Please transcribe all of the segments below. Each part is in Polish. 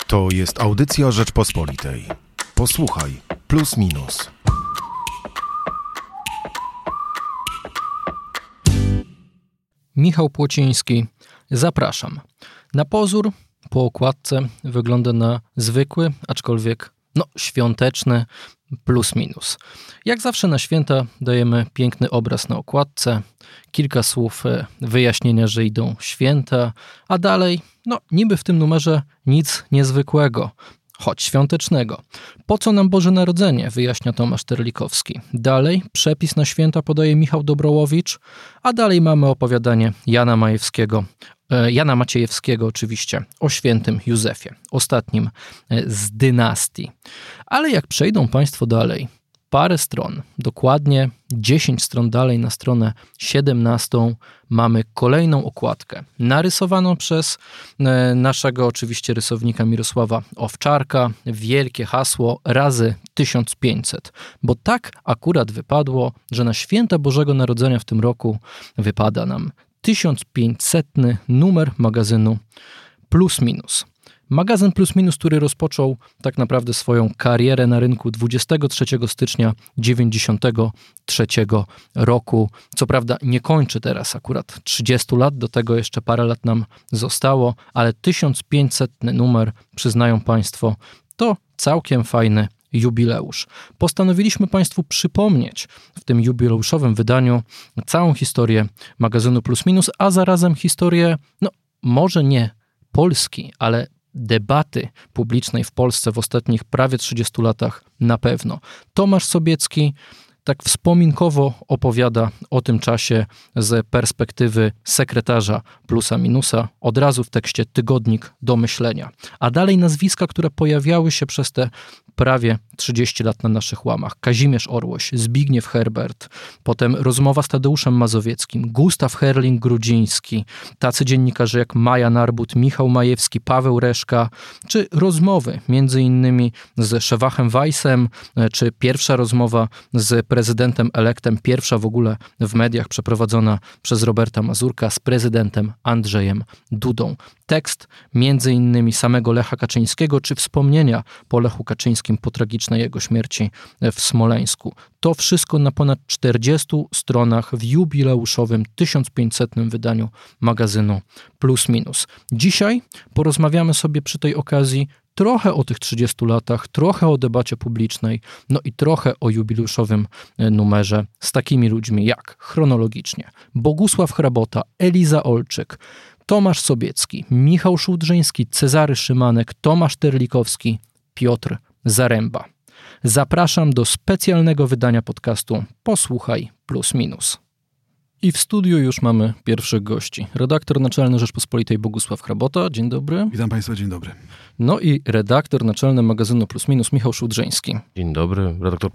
To jest audycja Rzeczpospolitej. Posłuchaj, plus minus. Michał Płociński, zapraszam. Na pozór po okładce wygląda na zwykły, aczkolwiek świąteczny plus minus. Jak zawsze na święta dajemy piękny obraz na okładce, kilka słów wyjaśnienia, że idą święta, a dalej, niby w tym numerze nic niezwykłego, choć świątecznego. Po co nam Boże Narodzenie, wyjaśnia Tomasz Terlikowski. Dalej przepis na święta podaje Michał Dobrołowicz, a dalej mamy opowiadanie Jana Maciejewskiego oczywiście, o świętym Józefie, ostatnim z dynastii. Ale jak przejdą Państwo dalej, parę stron, dokładnie 10 stron dalej na stronę 17 mamy kolejną okładkę, narysowaną przez naszego oczywiście rysownika Mirosława Owczarka, wielkie hasło razy 1500, bo tak akurat wypadło, że na święta Bożego Narodzenia w tym roku wypada nam 1500 numer magazynu Plus Minus. Magazyn Plus Minus, który rozpoczął tak naprawdę swoją karierę na rynku 23 stycznia 1993 roku. Co prawda nie kończy teraz akurat 30 lat, do tego jeszcze parę lat nam zostało, ale 1500 numer, przyznają Państwo, to całkiem fajny jubileusz. Postanowiliśmy Państwu przypomnieć w tym jubileuszowym wydaniu całą historię magazynu Plus Minus, a zarazem historię, może nie Polski, ale debaty publicznej w Polsce w ostatnich prawie 30 latach na pewno. Tomasz Sobiecki tak wspominkowo opowiada o tym czasie z perspektywy sekretarza Plusa Minusa, od razu w tekście Tygodnik do myślenia. A dalej nazwiska, które pojawiały się przez te prawie 30 lat na naszych łamach. Kazimierz Orłoś, Zbigniew Herbert, potem rozmowa z Tadeuszem Mazowieckim, Gustaw Herling-Grudziński, tacy dziennikarze jak Maja Narbut, Michał Majewski, Paweł Reszka, czy rozmowy między innymi z Szewachem Weissem, czy pierwsza rozmowa z prezydentem elektem, pierwsza w ogóle w mediach przeprowadzona przez Roberta Mazurka z prezydentem Andrzejem Dudą. Tekst między innymi samego Lecha Kaczyńskiego, czy wspomnienia po Lechu Kaczyńskim po tragicznej jego śmierci w Smoleńsku. To wszystko na ponad 40 stronach w jubileuszowym 1500 wydaniu magazynu Plus Minus. Dzisiaj porozmawiamy sobie przy tej okazji trochę o tych 30 latach, trochę o debacie publicznej, i trochę o jubileuszowym numerze z takimi ludźmi jak chronologicznie Bogusław Hrabota, Eliza Olczyk, Tomasz Sobiecki, Michał Szułdrzyński, Cezary Szymanek, Tomasz Terlikowski, Piotr Zaręba. Zapraszam do specjalnego wydania podcastu Posłuchaj Plus Minus. I w studiu już mamy pierwszych gości. Redaktor naczelny Rzeczpospolitej Bogusław Hrabota, dzień dobry. Witam Państwa, dzień dobry. I redaktor naczelny magazynu Plus Minus Michał Szułdrzyński. Dzień dobry, redaktor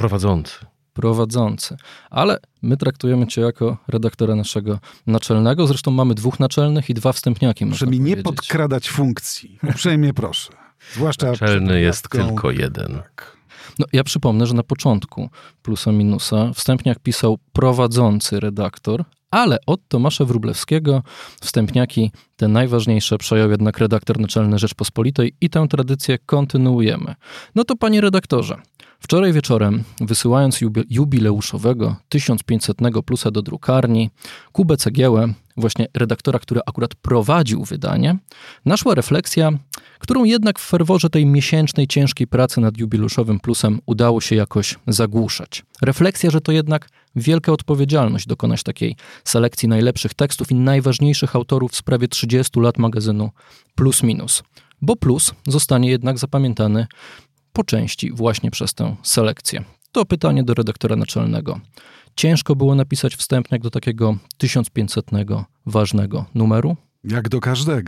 prowadzący. Ale my traktujemy Cię jako redaktora naszego naczelnego. Zresztą mamy 2 naczelnych i 2 wstępniaki. Proszę mi nie podkradać funkcji. Uprzejmie proszę. Zwłaszcza naczelny jest tylko jeden. Tak. Ja przypomnę, że na początku Plusa Minusa wstępniak pisał prowadzący redaktor, ale od Tomasza Wróblewskiego wstępniaki te najważniejsze przejął jednak redaktor naczelny Rzeczpospolitej i tę tradycję kontynuujemy. To panie redaktorze, wczoraj wieczorem, wysyłając jubileuszowego 1500 plusa do drukarni, Kubę Cegiełę, właśnie redaktora, który akurat prowadził wydanie, naszła refleksja, którą jednak w ferworze tej miesięcznej, ciężkiej pracy nad jubileuszowym plusem udało się jakoś zagłuszać. Refleksja, że to jednak wielka odpowiedzialność dokonać takiej selekcji najlepszych tekstów i najważniejszych autorów w sprawie 30 lat magazynu Plus Minus. Bo plus zostanie jednak zapamiętany po części właśnie przez tę selekcję. To pytanie do redaktora naczelnego. Ciężko było napisać wstępniak do takiego 1500 ważnego numeru? Jak do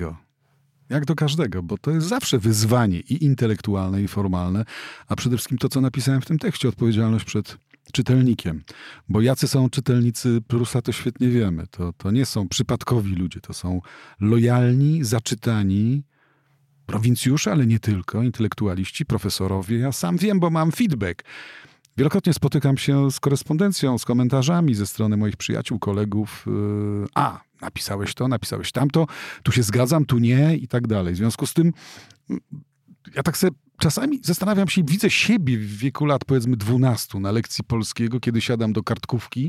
każdego, bo to jest zawsze wyzwanie i intelektualne, i formalne, a przede wszystkim to, co napisałem w tym tekście, odpowiedzialność przed czytelnikiem. Bo jacy są czytelnicy Prusa, to świetnie wiemy. To nie są przypadkowi ludzie, to są lojalni, zaczytani prowincjusze, ale nie tylko, intelektualiści, profesorowie. Ja sam wiem, bo mam feedback. Wielokrotnie spotykam się z korespondencją, z komentarzami ze strony moich przyjaciół, kolegów. Napisałeś to, napisałeś tamto, tu się zgadzam, tu nie i tak dalej. W związku z tym Ja tak sobie czasami zastanawiam się i widzę siebie w wieku lat powiedzmy 12 na lekcji polskiego, kiedy siadam do kartkówki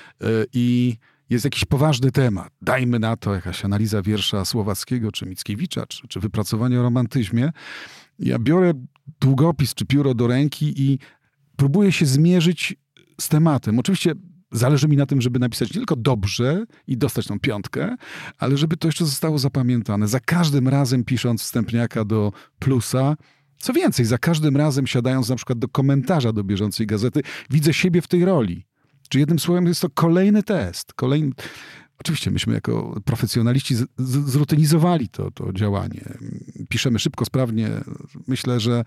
i jest jakiś poważny temat. Dajmy na to jakaś analiza wiersza Słowackiego, czy Mickiewicza, czy wypracowanie o romantyzmie. Ja biorę długopis czy pióro do ręki i próbuję się zmierzyć z tematem. Oczywiście zależy mi na tym, żeby napisać nie tylko dobrze i dostać tą 5, ale żeby to jeszcze zostało zapamiętane. Za każdym razem pisząc wstępniaka do Plusa, co więcej, za każdym razem siadając na przykład do komentarza do bieżącej gazety, widzę siebie w tej roli. Czy jednym słowem jest to kolejny test. Oczywiście myśmy jako profesjonaliści zrutynizowali to działanie. Piszemy szybko, sprawnie. Myślę, że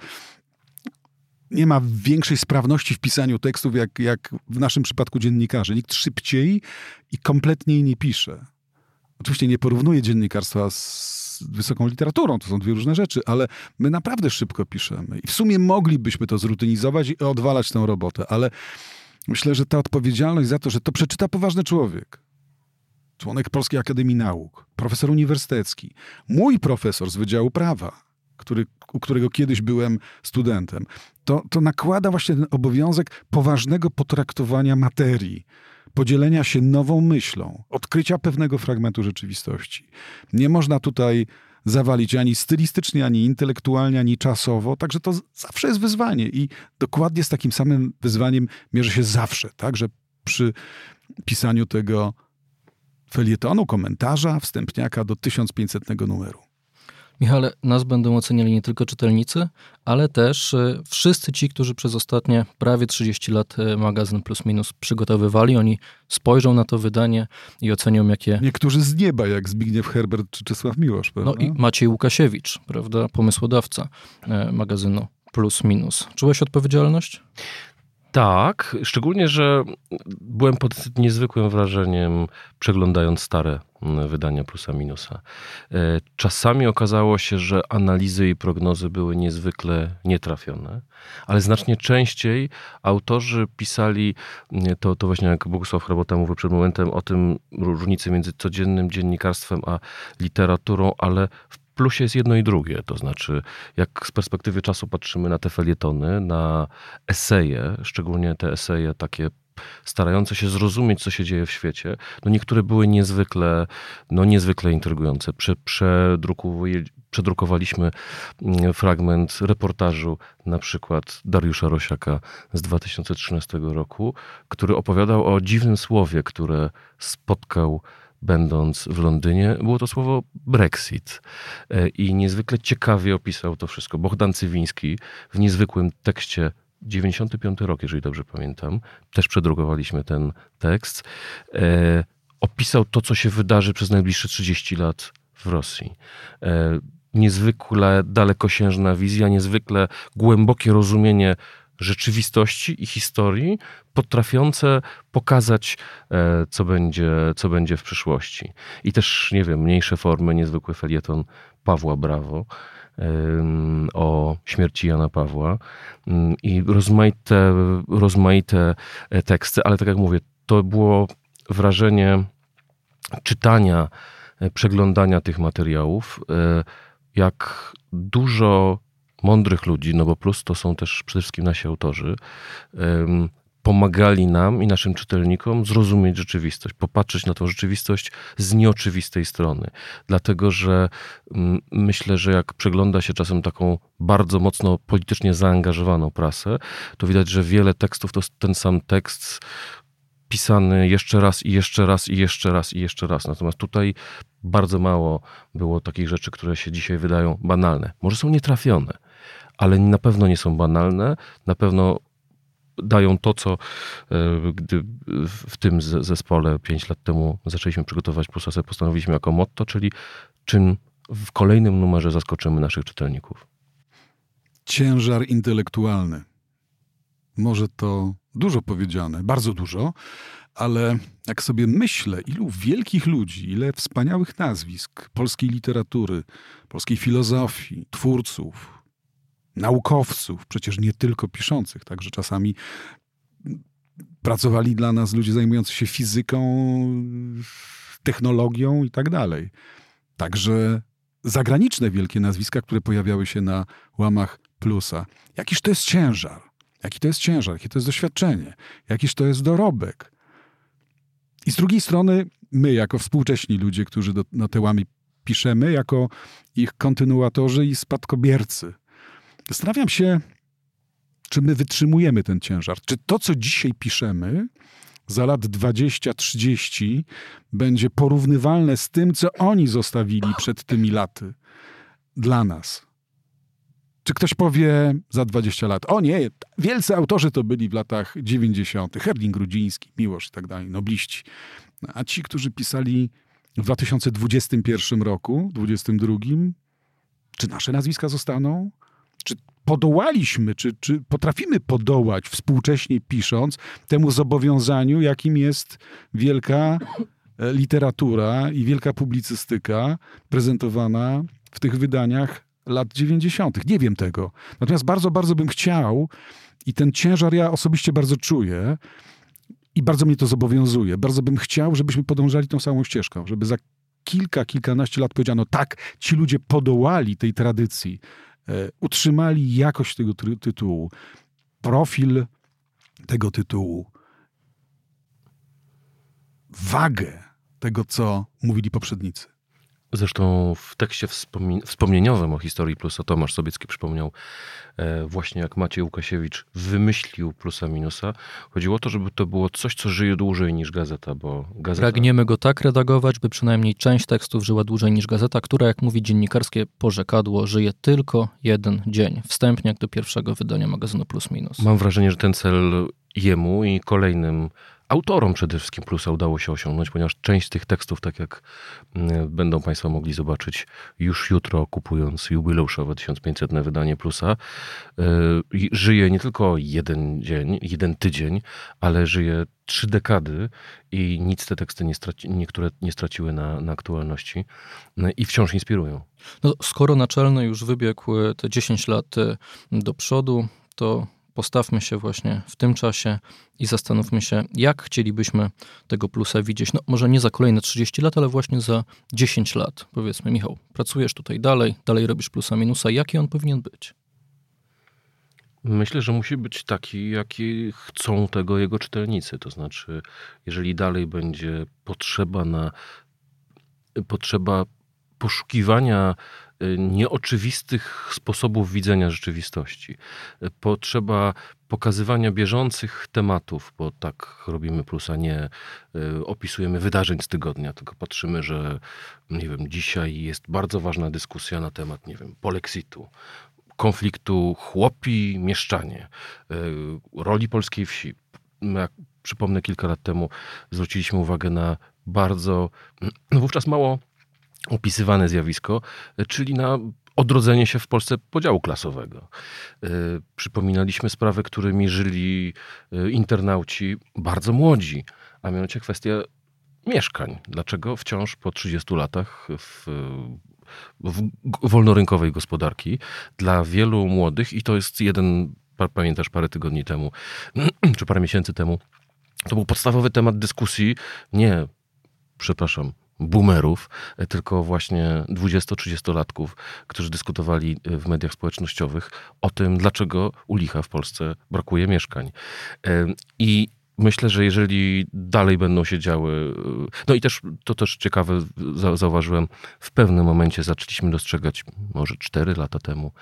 nie ma większej sprawności w pisaniu tekstów, jak w naszym przypadku dziennikarzy. Nikt szybciej i kompletniej nie pisze. Oczywiście nie porównuję dziennikarstwa z wysoką literaturą, to są dwie różne rzeczy, ale my naprawdę szybko piszemy. I w sumie moglibyśmy to zrutynizować i odwalać tę robotę, ale myślę, że ta odpowiedzialność za to, że to przeczyta poważny człowiek, członek Polskiej Akademii Nauk, profesor uniwersytecki, mój profesor z Wydziału Prawa, u którego kiedyś byłem studentem, to nakłada właśnie ten obowiązek poważnego potraktowania materii, podzielenia się nową myślą, odkrycia pewnego fragmentu rzeczywistości. Nie można tutaj zawalić ani stylistycznie, ani intelektualnie, ani czasowo, także to zawsze jest wyzwanie i dokładnie z takim samym wyzwaniem mierzy się zawsze, także przy pisaniu tego felietonu, komentarza, wstępniaka do 1500 numeru. Michale, nas będą oceniali nie tylko czytelnicy, ale też wszyscy ci, którzy przez ostatnie prawie 30 lat magazyn Plus Minus przygotowywali. Oni spojrzą na to wydanie i ocenią, jakie... Niektórzy z nieba, jak Zbigniew Herbert czy Czesław Miłosz, prawda? No i Maciej Łukasiewicz, prawda, pomysłodawca magazynu Plus Minus. Czułeś odpowiedzialność? Tak, szczególnie, że byłem pod niezwykłym wrażeniem, przeglądając stare wydania Plusa Minusa. Czasami okazało się, że analizy i prognozy były niezwykle nietrafione, ale znacznie częściej autorzy pisali, to właśnie jak Bogusław Hrabota mówił przed momentem, o tym różnicy między codziennym dziennikarstwem a literaturą, ale w Plusie jest jedno i drugie, to znaczy jak z perspektywy czasu patrzymy na te felietony, na eseje, szczególnie te eseje takie starające się zrozumieć, co się dzieje w świecie, no niektóre były niezwykle intrygujące. Przedrukowaliśmy fragment reportażu na przykład Dariusza Rosiaka z 2013 roku, który opowiadał o dziwnym słowie, które spotkał będąc w Londynie. Było to słowo Brexit. I niezwykle ciekawie opisał to wszystko. Bohdan Cywiński w niezwykłym tekście, 95 rok, jeżeli dobrze pamiętam, też przedrukowaliśmy ten tekst, opisał to, co się wydarzy przez najbliższe 30 lat w Rosji. Niezwykle dalekosiężna wizja, niezwykle głębokie rozumienie rzeczywistości i historii, potrafiące pokazać, co będzie w przyszłości. I też, nie wiem, mniejsze formy, niezwykły felieton Pawła Brawo o śmierci Jana Pawła i rozmaite teksty, ale tak jak mówię, to było wrażenie czytania, przeglądania tych materiałów, jak dużo mądrych ludzi, no bo Plus to są też przede wszystkim nasi autorzy, pomagali nam i naszym czytelnikom zrozumieć rzeczywistość, popatrzeć na tą rzeczywistość z nieoczywistej strony. Dlatego, że myślę, że jak przegląda się czasem taką bardzo mocno politycznie zaangażowaną prasę, to widać, że wiele tekstów to jest ten sam tekst pisany jeszcze raz i jeszcze raz i jeszcze raz i jeszcze raz. Natomiast tutaj bardzo mało było takich rzeczy, które się dzisiaj wydają banalne. Może są nietrafione, ale na pewno nie są banalne, na pewno dają to, co gdy w tym zespole 5 lat temu zaczęliśmy przygotować Plusa, sobie postanowiliśmy jako motto, czyli czym w kolejnym numerze zaskoczymy naszych czytelników. Ciężar intelektualny. Może to dużo powiedziane, bardzo dużo, ale jak sobie myślę, ilu wielkich ludzi, ile wspaniałych nazwisk polskiej literatury, polskiej filozofii, twórców, naukowców, przecież nie tylko piszących, także czasami pracowali dla nas ludzie zajmujący się fizyką, technologią i tak dalej. Także zagraniczne wielkie nazwiska, które pojawiały się na łamach Plusa. Jakiż to jest ciężar? Jaki to jest ciężar? Jakie to jest doświadczenie? Jakiż to jest dorobek? I z drugiej strony my, jako współcześni ludzie, którzy na te łamy piszemy, jako ich kontynuatorzy i spadkobiercy. Zastanawiam się, czy my wytrzymujemy ten ciężar. Czy to, co dzisiaj piszemy, za lat 20-30 będzie porównywalne z tym, co oni zostawili przed tymi laty dla nas. Czy ktoś powie za 20 lat, o nie, wielcy autorzy to byli w latach 90. Herling, Grudziński, Miłosz i tak dalej, nobliści. A ci, którzy pisali w 2021 roku, 2022, czy nasze nazwiska zostaną? Czy podołaliśmy, czy potrafimy podołać współcześnie pisząc temu zobowiązaniu, jakim jest wielka literatura i wielka publicystyka prezentowana w tych wydaniach lat 90. Nie wiem tego. Natomiast bardzo, bardzo bym chciał i ten ciężar ja osobiście bardzo czuję i bardzo mnie to zobowiązuje. Bardzo bym chciał, żebyśmy podążali tą samą ścieżką, żeby za kilkanaście lat powiedziano tak, ci ludzie podołali tej tradycji, utrzymali jakość tego tytułu, profil tego tytułu, wagę tego, co mówili poprzednicy. Zresztą w tekście wspomnieniowym o historii Plusa Tomasz Sobiecki przypomniał właśnie, jak Maciej Łukasiewicz wymyślił Plusa Minusa. Chodziło o to, żeby to było coś, co żyje dłużej niż gazeta, bo gazeta... Pragniemy go tak redagować, by przynajmniej część tekstów żyła dłużej niż gazeta, która, jak mówi dziennikarskie porzekadło, żyje tylko jeden dzień. Wstępnie jak do pierwszego wydania magazynu Plus Minus. Mam wrażenie, że ten cel jemu i kolejnym autorom przede wszystkim Plusa udało się osiągnąć, ponieważ część z tych tekstów, tak jak będą Państwo mogli zobaczyć już jutro, kupując jubileuszowe 1500 wydanie Plusa, żyje nie tylko jeden dzień, jeden tydzień, ale żyje 3 dekady i nic te teksty niektóre nie straciły na aktualności i wciąż inspirują. No, skoro naczelny już wybiegł te 10 lat do przodu, to postawmy się właśnie w tym czasie i zastanówmy się, jak chcielibyśmy tego Plusa widzieć. No może nie za kolejne 30 lat, ale właśnie za 10 lat. Powiedzmy, Michał, pracujesz tutaj dalej robisz Plusa Minusa. Jaki on powinien być? Myślę, że musi być taki, jaki chcą tego jego czytelnicy. To znaczy, jeżeli dalej będzie potrzeba poszukiwania nieoczywistych sposobów widzenia rzeczywistości. Potrzeba pokazywania bieżących tematów, bo tak robimy Plusa, nie opisujemy wydarzeń z tygodnia, tylko patrzymy, że nie wiem, dzisiaj jest bardzo ważna dyskusja na temat, nie wiem, polexitu, konfliktu chłopi-mieszczanie, roli polskiej wsi. Jak przypomnę, kilka lat temu zwróciliśmy uwagę na bardzo, wówczas mało opisywane zjawisko, czyli na odrodzenie się w Polsce podziału klasowego. Przypominaliśmy sprawy, którymi żyli internauci bardzo młodzi, a mianowicie kwestia mieszkań. Dlaczego wciąż po 30 latach w wolnorynkowej gospodarki dla wielu młodych, i to jest pamiętasz parę tygodni temu, czy parę miesięcy temu, to był podstawowy temat dyskusji, boomerów, tylko właśnie 20-30-latków, którzy dyskutowali w mediach społecznościowych o tym, dlaczego u licha w Polsce brakuje mieszkań. I myślę, że jeżeli dalej będą się działy, no i też to też ciekawe, zauważyłem, w pewnym momencie zaczęliśmy dostrzegać, może 4 lata temu,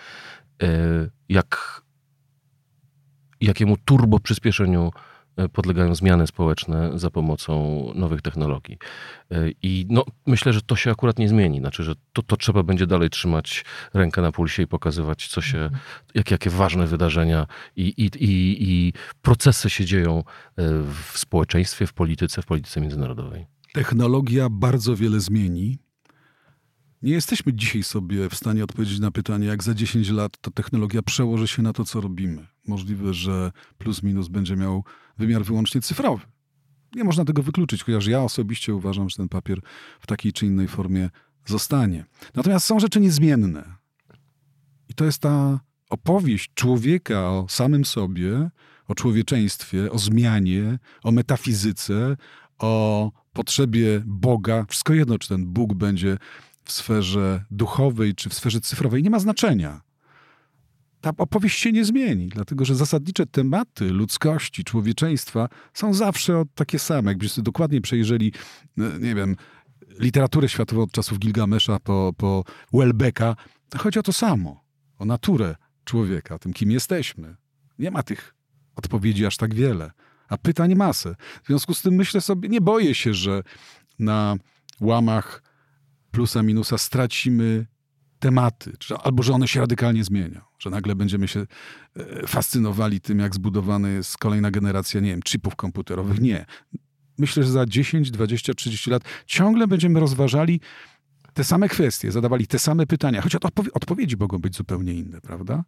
jakiemu turbo przyspieszeniu podlegają zmiany społeczne za pomocą nowych technologii. I myślę, że to się akurat nie zmieni. Znaczy, że to trzeba będzie dalej trzymać rękę na pulsie i pokazywać, co się, jakie ważne wydarzenia i procesy się dzieją w społeczeństwie, w polityce międzynarodowej. Technologia bardzo wiele zmieni. Nie jesteśmy dzisiaj sobie w stanie odpowiedzieć na pytanie, jak za 10 lat ta technologia przełoży się na to, co robimy. Możliwe, że Plus Minus będzie miał wymiar wyłącznie cyfrowy. Nie można tego wykluczyć, chociaż ja osobiście uważam, że ten papier w takiej czy innej formie zostanie. Natomiast są rzeczy niezmienne. I to jest ta opowieść człowieka o samym sobie, o człowieczeństwie, o zmianie, o metafizyce, o potrzebie Boga. Wszystko jedno, czy ten Bóg będzie w sferze duchowej czy w sferze cyfrowej, nie ma znaczenia. Ta opowieść się nie zmieni, dlatego że zasadnicze tematy ludzkości, człowieczeństwa są zawsze takie same. Jakbyście dokładnie przejrzeli, nie wiem, literaturę światową od czasów Gilgamesza po Welbecka, to chodzi o to samo. O naturę człowieka, o tym, kim jesteśmy. Nie ma tych odpowiedzi aż tak wiele, a pytań masę. W związku z tym myślę sobie, nie boję się, że na łamach plusa, minusa stracimy tematy, albo że one się radykalnie zmienią, że nagle będziemy się fascynowali tym, jak zbudowana jest kolejna generacja, nie wiem, chipów komputerowych. Nie. Myślę, że za 10, 20, 30 lat ciągle będziemy rozważali te same kwestie, zadawali te same pytania, choć odpowiedzi mogą być zupełnie inne, prawda?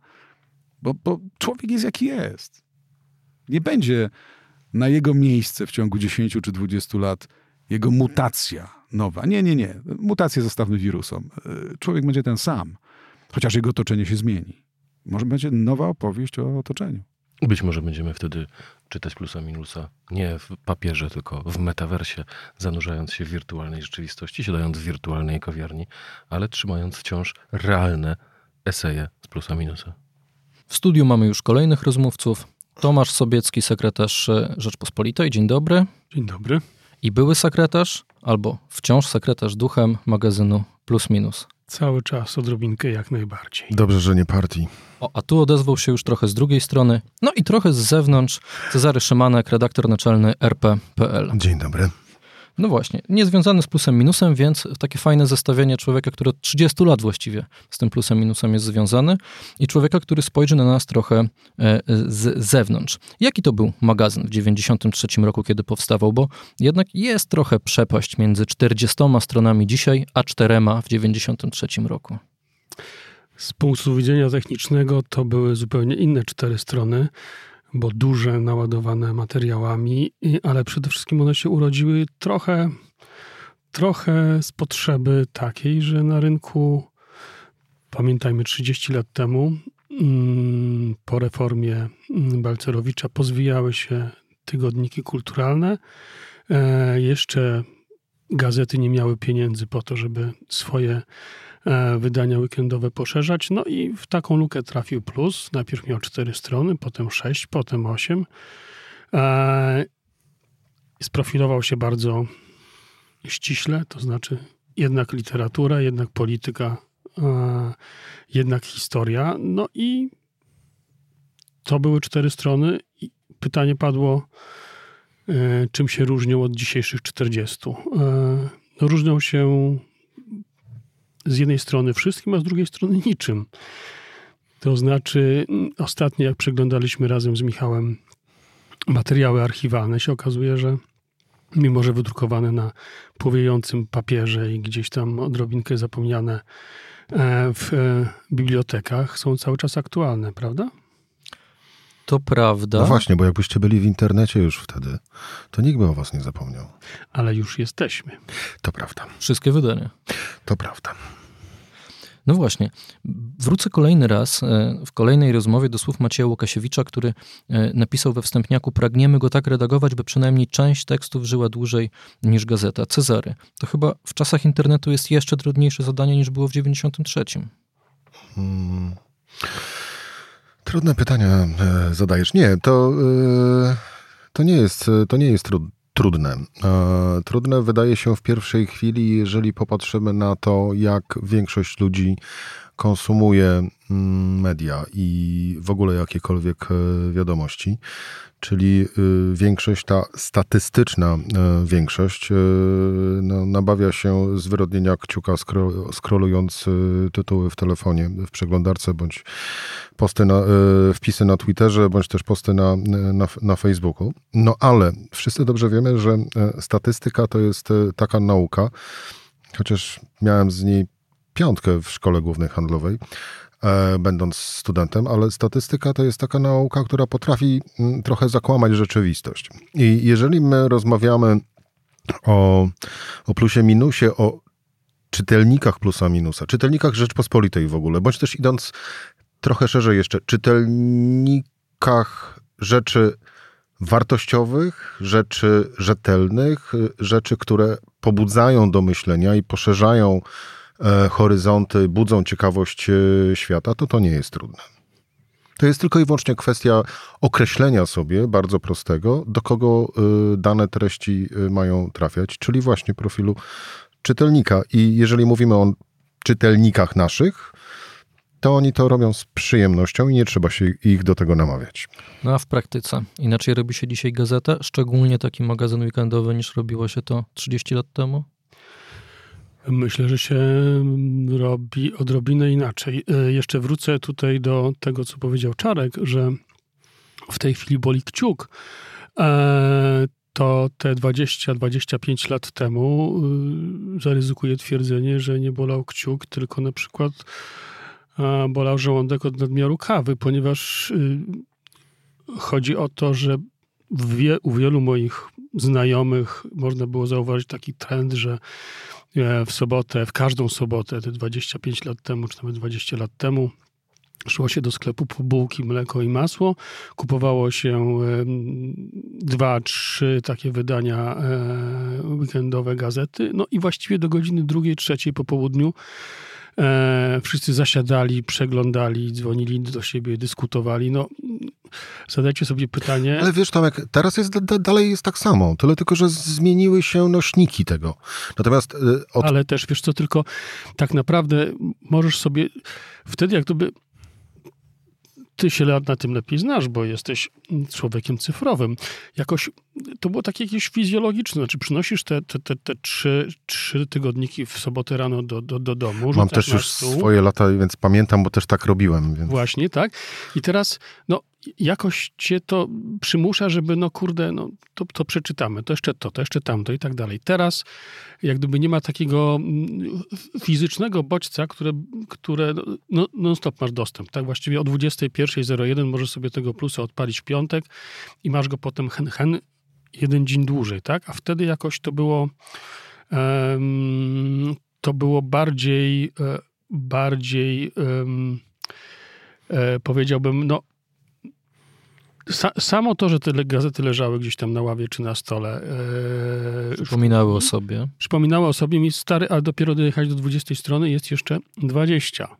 Bo człowiek jest jaki jest. Nie będzie na jego miejsce w ciągu 10 czy 20 lat jego mutacja nowa. Nie. Mutację zostawmy wirusom. Człowiek będzie ten sam, chociaż jego otoczenie się zmieni. Może będzie nowa opowieść o otoczeniu. Być może będziemy wtedy czytać plusa, minusa nie w papierze, tylko w metaversie, zanurzając się w wirtualnej rzeczywistości, siadając w wirtualnej kawiarni, ale trzymając wciąż realne eseje z plusa, minusa. W studiu mamy już kolejnych rozmówców. Tomasz Sobiecki, sekretarz Rzeczpospolitej. Dzień dobry. Dzień dobry. I były sekretarz, albo wciąż sekretarz duchem magazynu Plus Minus. Cały czas odrobinkę jak najbardziej. Dobrze, że nie partii. A tu odezwał się już trochę z drugiej strony, no i trochę z zewnątrz Cezary Szymanek, redaktor naczelny RP.pl. Dzień dobry. No właśnie, niezwiązany z plusem minusem, więc takie fajne zestawienie człowieka, który od 30 lat właściwie z tym plusem minusem jest związany i człowieka, który spojrzy na nas trochę z zewnątrz. Jaki to był magazyn w 1993 roku, kiedy powstawał? Bo jednak jest trochę przepaść między 40 stronami dzisiaj, a 4 w 1993 roku. Z punktu widzenia technicznego to były zupełnie inne 4 strony, bo duże, naładowane materiałami, ale przede wszystkim one się urodziły trochę z potrzeby takiej, że na rynku, pamiętajmy 30 lat temu, po reformie Balcerowicza pozwijały się tygodniki kulturalne. Jeszcze gazety nie miały pieniędzy po to, żeby swoje wydania weekendowe poszerzać. No i w taką lukę trafił Plus. Najpierw miał 4 strony, potem 6, potem 8. Sprofilował się bardzo ściśle, to znaczy jednak literatura, jednak polityka, jednak historia. No i to były 4 strony. I pytanie padło, czym się różnią od dzisiejszych 40. No, różnią się z jednej strony wszystkim, a z drugiej strony niczym. To znaczy, ostatnio jak przeglądaliśmy razem z Michałem materiały archiwalne, się okazuje, że mimo że wydrukowane na płowiejącym papierze i gdzieś tam odrobinkę zapomniane w bibliotekach, są cały czas aktualne, prawda? To prawda. No właśnie, bo jakbyście byli w internecie już wtedy, to nikt by o was nie zapomniał. Ale już jesteśmy. To prawda. Wszystkie wydania. To prawda. No właśnie, wrócę kolejny raz w kolejnej rozmowie do słów Macieja Łukasiewicza, który napisał we wstępniaku: pragniemy go tak redagować, by przynajmniej część tekstów żyła dłużej niż gazeta. Cezary, to chyba w czasach internetu jest jeszcze trudniejsze zadanie niż było w 93. Trudne pytania zadajesz. Nie, to nie jest trudne. Trudne wydaje się w pierwszej chwili, jeżeli popatrzymy na to, jak większość ludzi konsumuje media i w ogóle jakiekolwiek wiadomości. Czyli większość, ta statystyczna większość nabawia się zwyrodnienia kciuka scrollując tytuły w telefonie, w przeglądarce, bądź wpisy na Twitterze, bądź też posty na Facebooku. No ale wszyscy dobrze wiemy, że statystyka to jest taka nauka, chociaż miałem z niej 5 w szkole głównej handlowej, będąc studentem, ale statystyka to jest taka nauka, która potrafi trochę zakłamać rzeczywistość. I jeżeli my rozmawiamy o plusie, minusie, o czytelnikach plusa, minusa, czytelnikach Rzeczpospolitej w ogóle, bądź też idąc trochę szerzej jeszcze, czytelnikach rzeczy wartościowych, rzeczy rzetelnych, rzeczy, które pobudzają do myślenia i poszerzają horyzonty, budzą ciekawość świata, to nie jest trudne. To jest tylko i wyłącznie kwestia określenia sobie, bardzo prostego, do kogo dane treści mają trafiać, czyli właśnie profilu czytelnika. I jeżeli mówimy o czytelnikach naszych, to oni to robią z przyjemnością i nie trzeba się ich do tego namawiać. No a w praktyce? Inaczej robi się dzisiaj gazetę, szczególnie taki magazyn weekendowy, niż robiło się to 30 lat temu? Myślę, że się robi odrobinę inaczej. Jeszcze wrócę tutaj do tego, co powiedział Czarek, że w tej chwili boli kciuk. To te 20-25 lat temu zaryzykuję twierdzenie, że nie bolał kciuk, tylko na przykład bolał żołądek od nadmiaru kawy, ponieważ chodzi o to, że u wielu moich znajomych można było zauważyć taki trend, że w każdą sobotę, te 25 lat temu, czy nawet 20 lat temu, szło się do sklepu po bułki, mleko i masło, kupowało się 2-3 takie wydania weekendowe gazety, no i właściwie do godziny 2-3 po południu wszyscy zasiadali, przeglądali, dzwonili do siebie, dyskutowali. No, zadajcie sobie pytanie. Ale wiesz, Tomek, teraz dalej jest tak samo, tyle tylko, że zmieniły się nośniki tego. Natomiast Ale też, wiesz co, tylko tak naprawdę możesz sobie wtedy jak gdyby ty się na tym lepiej znasz, bo jesteś człowiekiem cyfrowym. Jakoś to było takie jakieś fizjologiczne. Znaczy przynosisz te 3 tygodniki w sobotę rano do domu. Mam też już swoje lata, więc pamiętam, bo też tak robiłem. Więc... Właśnie, tak. I teraz jakoś cię to przymusza, żeby to przeczytamy, to jeszcze tamto i tak dalej. Teraz jak gdyby nie ma takiego fizycznego bodźca, które non-stop masz dostęp. Tak, właściwie o 21:01 możesz sobie tego plusa odpalić w piątek i masz go potem jeden dzień dłużej, tak? A wtedy jakoś to było bardziej powiedziałbym, samo to, że te gazety leżały gdzieś tam na ławie czy na stole. Przypominały o sobie. Przypominały o sobie. Mi stary, ale dopiero dojechać do 20 strony jest jeszcze 20.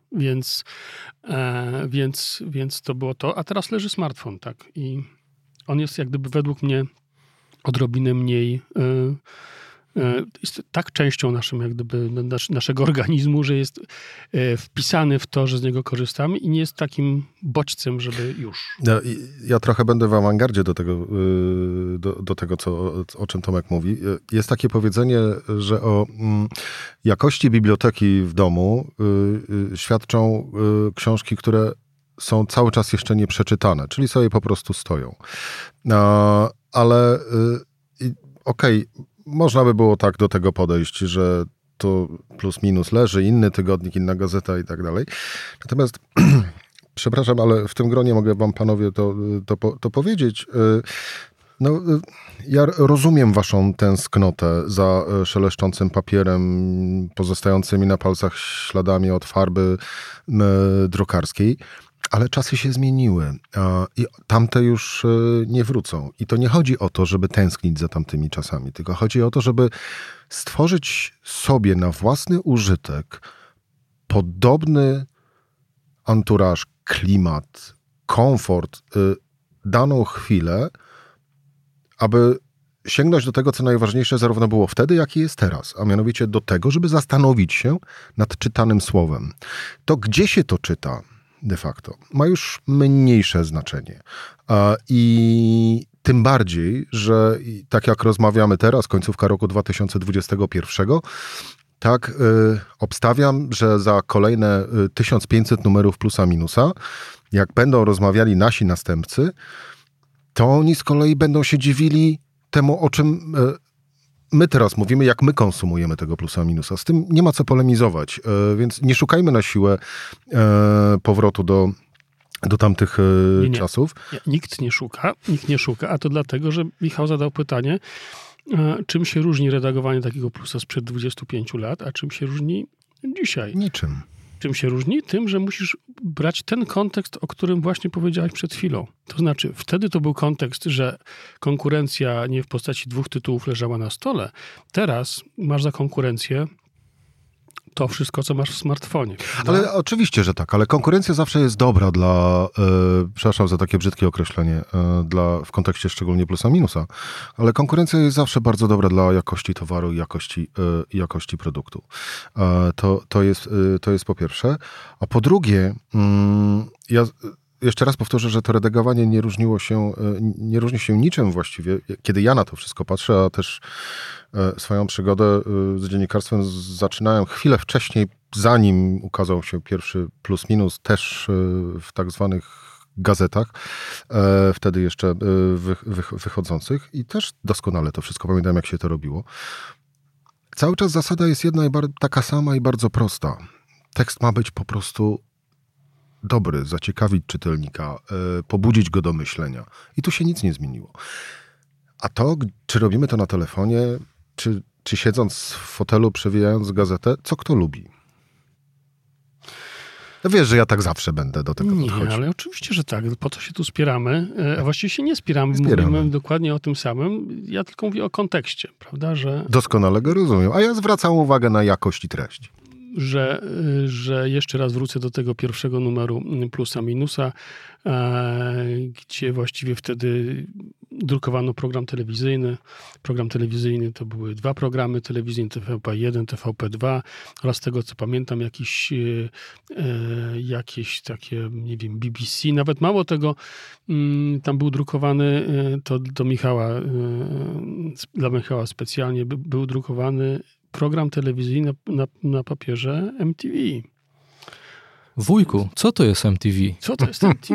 Więc to było to. A teraz leży smartfon, tak. I on jest jak gdyby według mnie odrobinę mniej... jest tak częścią naszego organizmu, że jest wpisany w to, że z niego korzystamy i nie jest takim bodźcem, żeby już. Ja trochę będę w awangardzie do tego, o czym Tomek mówi. Jest takie powiedzenie, że o jakości biblioteki w domu świadczą książki, które są cały czas jeszcze nieprzeczytane, czyli sobie po prostu stoją. Ale okej, można by było tak do tego podejść, że to plus minus leży, inny tygodnik, inna gazeta i tak dalej. Natomiast, przepraszam, ale w tym gronie mogę wam, panowie, to powiedzieć. Ja rozumiem waszą tęsknotę za szeleszczącym papierem, pozostającymi na palcach śladami od farby drukarskiej. Ale czasy się zmieniły i tamte już nie wrócą. I to nie chodzi o to, żeby tęsknić za tamtymi czasami, tylko chodzi o to, żeby stworzyć sobie na własny użytek podobny anturaż, klimat, komfort, daną chwilę, aby sięgnąć do tego, co najważniejsze zarówno było wtedy, jak i jest teraz, a mianowicie do tego, żeby zastanowić się nad czytanym słowem. To gdzie się to czyta de facto ma już mniejsze znaczenie. I tym bardziej, że tak jak rozmawiamy teraz, końcówka roku 2021, tak obstawiam, że za kolejne 1500 numerów plusa minusa, jak będą rozmawiali nasi następcy, to oni z kolei będą się dziwili temu, o czym my teraz mówimy, jak my konsumujemy tego plusa minusa. Z tym nie ma co polemizować, więc nie szukajmy na siłę powrotu do tamtych czasów. Nikt nie szuka, a to dlatego, że Michał zadał pytanie, czym się różni redagowanie takiego plusa sprzed 25 lat, a czym się różni dzisiaj? Niczym. Czym się różni? Tym, że musisz brać ten kontekst, o którym właśnie powiedziałeś przed chwilą. To znaczy, wtedy to był kontekst, że konkurencja nie w postaci 2 tytułów leżała na stole. Teraz masz za konkurencję to wszystko, co masz w smartfonie. Ale oczywiście, że tak, ale konkurencja zawsze jest dobra dla, przepraszam za takie brzydkie określenie, w kontekście szczególnie plusa minusa, ale konkurencja jest zawsze bardzo dobra dla jakości towaru i jakości produktu. To jest po pierwsze. A po drugie, ja jeszcze raz powtórzę, że to redagowanie nie różni się niczym właściwie, kiedy ja na to wszystko patrzę, a też swoją przygodę z dziennikarstwem zaczynałem chwilę wcześniej, zanim ukazał się pierwszy plus minus, też w tak zwanych gazetach, wtedy jeszcze wychodzących i też doskonale to wszystko pamiętam, jak się to robiło. Cały czas zasada jest jedna taka sama i bardzo prosta. Tekst ma być po prostu dobry, zaciekawić czytelnika, pobudzić go do myślenia. I tu się nic nie zmieniło. A to, czy robimy to na telefonie, czy siedząc w fotelu, przewijając gazetę, co kto lubi? No wiesz, że ja tak zawsze będę do tego podchodził. Nie, ale oczywiście, że tak. Po co się tu spieramy? A właściwie się nie spieramy. Mówimy dokładnie o tym samym. Ja tylko mówię o kontekście, prawda? Że doskonale go rozumiem. A ja zwracam uwagę na jakość i treść. Że jeszcze raz wrócę do tego pierwszego numeru Plusa Minusa, gdzie właściwie wtedy drukowano program telewizyjny. Program telewizyjny to były 2 programy telewizyjne, TVP1, TVP2 oraz z tego, co pamiętam, jakieś takie, nie wiem, BBC. Nawet mało tego, tam był drukowany, to dla Michała specjalnie był drukowany program telewizyjny na papierze MTV. Wujku, co to jest MTV? Co to jest MTV?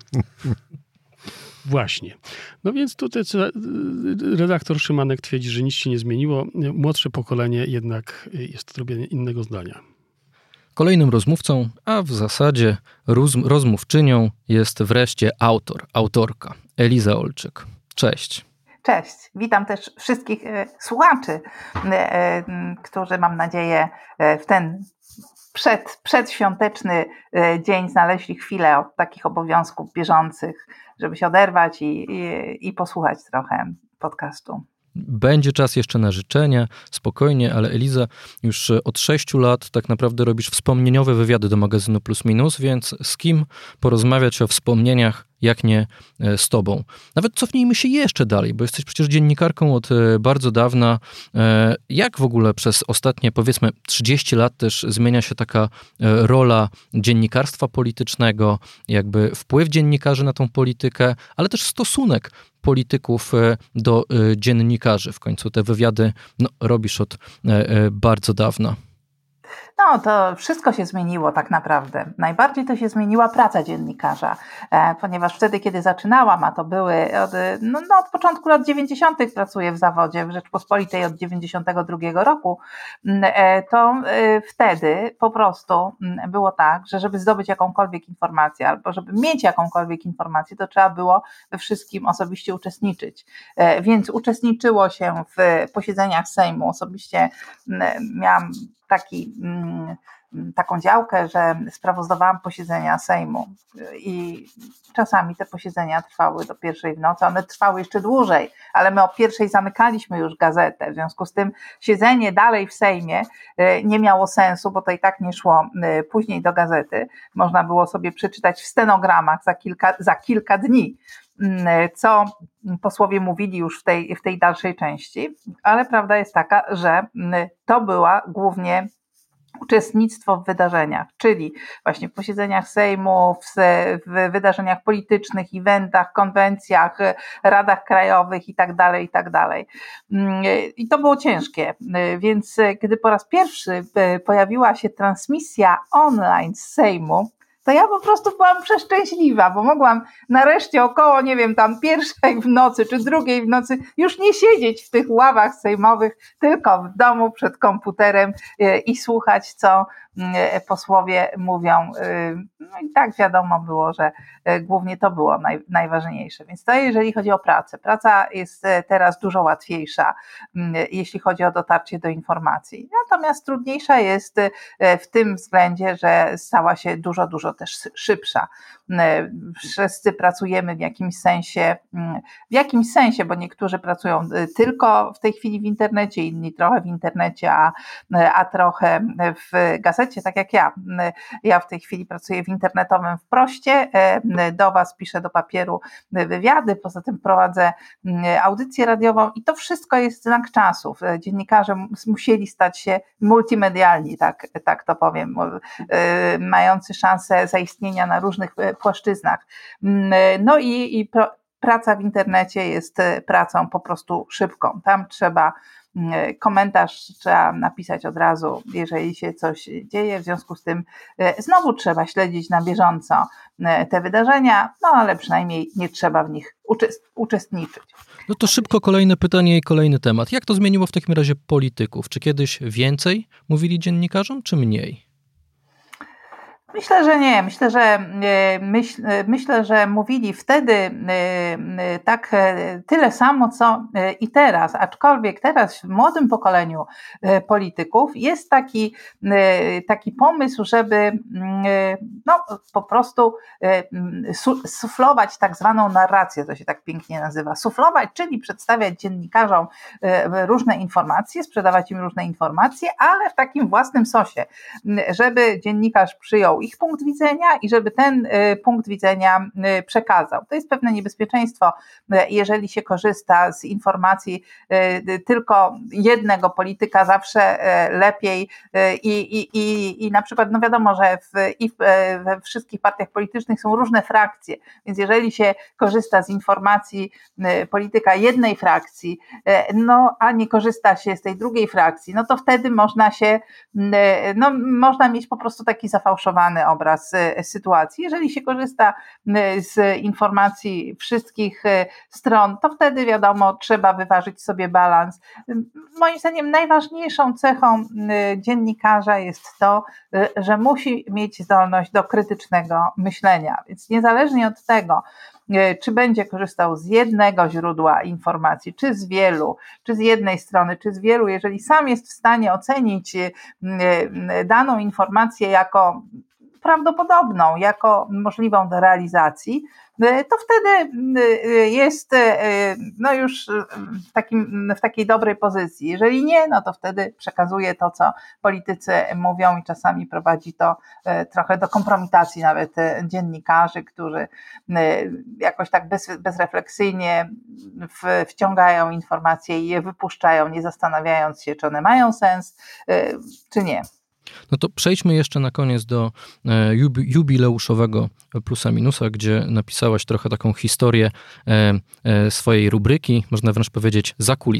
Właśnie. No więc tutaj redaktor Szymanek twierdzi, że nic się nie zmieniło. Młodsze pokolenie jednak jest robienie innego zdania. Kolejnym rozmówcą, a w zasadzie rozmówczynią jest wreszcie autorka Eliza Olczyk. Cześć. Cześć, witam też wszystkich słuchaczy, którzy, mam nadzieję, w ten przedświąteczny dzień znaleźli chwilę od takich obowiązków bieżących, żeby się oderwać i posłuchać trochę podcastu. Będzie czas jeszcze na życzenia, spokojnie, ale Eliza, już od 6 lat tak naprawdę robisz wspomnieniowe wywiady do magazynu Plus Minus, więc z kim porozmawiać o wspomnieniach, jak nie z tobą. Nawet cofnijmy się jeszcze dalej, bo jesteś przecież dziennikarką od bardzo dawna. Jak w ogóle przez ostatnie, powiedzmy, 30 lat też zmienia się taka rola dziennikarstwa politycznego, jakby wpływ dziennikarzy na tą politykę, ale też stosunek polityków do dziennikarzy. W końcu te wywiady robisz od bardzo dawna. No, to wszystko się zmieniło tak naprawdę. Najbardziej to się zmieniła praca dziennikarza, ponieważ wtedy, kiedy zaczynałam, a to były od początku lat 90. pracuję w zawodzie w Rzeczpospolitej od 92 roku, to wtedy po prostu było tak, że żeby zdobyć jakąkolwiek informację albo żeby mieć jakąkolwiek informację, to trzeba było we wszystkim osobiście uczestniczyć. Więc uczestniczyło się w posiedzeniach Sejmu. Osobiście miałam taką działkę, że sprawozdawałam posiedzenia Sejmu i czasami te posiedzenia trwały do 1:00 w nocy, one trwały jeszcze dłużej, ale my o 1:00 zamykaliśmy już gazetę, w związku z tym siedzenie dalej w Sejmie nie miało sensu, bo to i tak nie szło później do gazety, można było sobie przeczytać w stenogramach za kilka dni, co posłowie mówili już w tej dalszej części, ale prawda jest taka, że to była głównie uczestnictwo w wydarzeniach, czyli właśnie w posiedzeniach Sejmu, w wydarzeniach politycznych, eventach, konwencjach, radach krajowych i tak dalej. I to było ciężkie, więc kiedy po raz pierwszy pojawiła się transmisja online z Sejmu, to ja po prostu byłam przeszczęśliwa, bo mogłam nareszcie około, nie wiem, tam 1:00 w nocy czy 2:00 w nocy już nie siedzieć w tych ławach sejmowych, tylko w domu przed komputerem i słuchać, co posłowie mówią. No i tak wiadomo było, że głównie to było najważniejsze. Więc to jeżeli chodzi o pracę. Praca jest teraz dużo łatwiejsza, jeśli chodzi o dotarcie do informacji. Natomiast trudniejsza jest w tym względzie, że stała się dużo też szybsza. Wszyscy pracujemy w jakimś sensie, bo niektórzy pracują tylko w tej chwili w internecie, inni trochę w internecie, a trochę w gazecie, tak jak ja. Ja w tej chwili pracuję w internetowym Wproście, do Was piszę do papieru wywiady, poza tym prowadzę audycję radiową i to wszystko jest znak czasów. Dziennikarze musieli stać się multimedialni, tak to powiem, mający szansę zaistnienia na różnych płaszczyznach. No i praca w internecie jest pracą po prostu szybką. Tam komentarz trzeba napisać od razu, jeżeli się coś dzieje, w związku z tym znowu trzeba śledzić na bieżąco te wydarzenia, no ale przynajmniej nie trzeba w nich uczestniczyć. No to szybko kolejne pytanie i kolejny temat. Jak to zmieniło w takim razie polityków? Czy kiedyś więcej mówili dziennikarzom, czy mniej? Myślę, że nie. Myślę, że mówili wtedy tak tyle samo, co i teraz. Aczkolwiek teraz w młodym pokoleniu polityków jest taki pomysł, żeby po prostu suflować tak zwaną narrację, to się tak pięknie nazywa. Suflować, czyli przedstawiać dziennikarzom różne informacje, sprzedawać im różne informacje, ale w takim własnym sosie, żeby dziennikarz przyjął ich punkt widzenia i żeby ten punkt widzenia przekazał. To jest pewne niebezpieczeństwo, jeżeli się korzysta z informacji tylko jednego polityka, zawsze lepiej i na przykład, no wiadomo, że we wszystkich partiach politycznych są różne frakcje, więc jeżeli się korzysta z informacji polityka jednej frakcji, a nie korzysta się z tej drugiej frakcji, no to wtedy można mieć po prostu taki zafałszowany obraz sytuacji. Jeżeli się korzysta z informacji wszystkich stron, to wtedy wiadomo, trzeba wyważyć sobie balans. Moim zdaniem najważniejszą cechą dziennikarza jest to, że musi mieć zdolność do krytycznego myślenia, więc niezależnie od tego, czy będzie korzystał z jednego źródła informacji, czy z wielu, czy z jednej strony, czy z wielu, jeżeli sam jest w stanie ocenić daną informację jako prawdopodobną, jako możliwą do realizacji, to wtedy jest już w takiej dobrej pozycji. Jeżeli nie, no to wtedy przekazuje to, co politycy mówią i czasami prowadzi to trochę do kompromitacji nawet dziennikarzy, którzy jakoś tak bezrefleksyjnie wciągają informacje i je wypuszczają, nie zastanawiając się, czy one mają sens, czy nie. No to przejdźmy jeszcze na koniec do jubileuszowego Plusa Minusa, gdzie napisałaś trochę taką historię swojej rubryki, można wręcz powiedzieć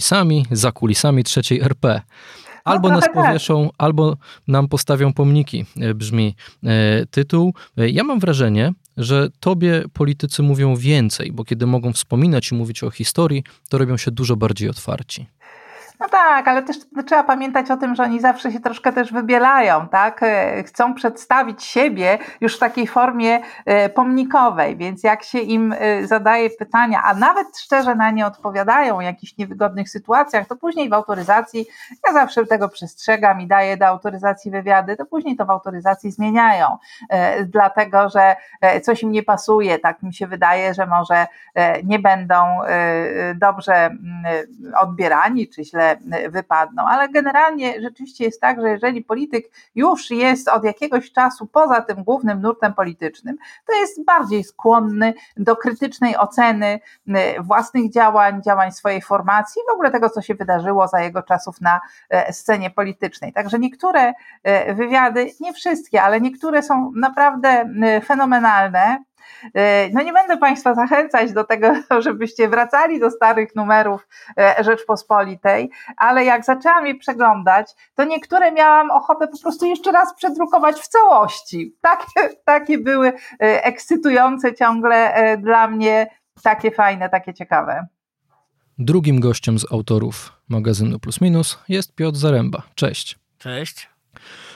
za kulisami trzeciej RP. Albo nas powieszą, albo nam postawią pomniki, brzmi tytuł. Ja mam wrażenie, że tobie politycy mówią więcej, bo kiedy mogą wspominać i mówić o historii, to robią się dużo bardziej otwarci. No tak, ale też trzeba pamiętać o tym, że oni zawsze się troszkę też wybielają, tak? Chcą przedstawić siebie już w takiej formie pomnikowej, więc jak się im zadaje pytania, a nawet szczerze na nie odpowiadają w jakichś niewygodnych sytuacjach, to później w autoryzacji, ja zawsze tego przestrzegam i daję do autoryzacji wywiady, to później to w autoryzacji zmieniają, dlatego że coś im nie pasuje, tak mi się wydaje, że może nie będą dobrze odbierani, czy źle wypadną, ale generalnie rzeczywiście jest tak, że jeżeli polityk już jest od jakiegoś czasu poza tym głównym nurtem politycznym, to jest bardziej skłonny do krytycznej oceny własnych działań swojej formacji, w ogóle tego, co się wydarzyło za jego czasów na scenie politycznej. Także niektóre wywiady, nie wszystkie, ale niektóre są naprawdę fenomenalne. No nie będę Państwa zachęcać do tego, żebyście wracali do starych numerów Rzeczpospolitej, ale jak zaczęłam je przeglądać, to niektóre miałam ochotę po prostu jeszcze raz przedrukować w całości. Takie były ekscytujące ciągle dla mnie, takie fajne, takie ciekawe. Drugim gościem z autorów magazynu Plus Minus jest Piotr Zaręba. Cześć. Cześć.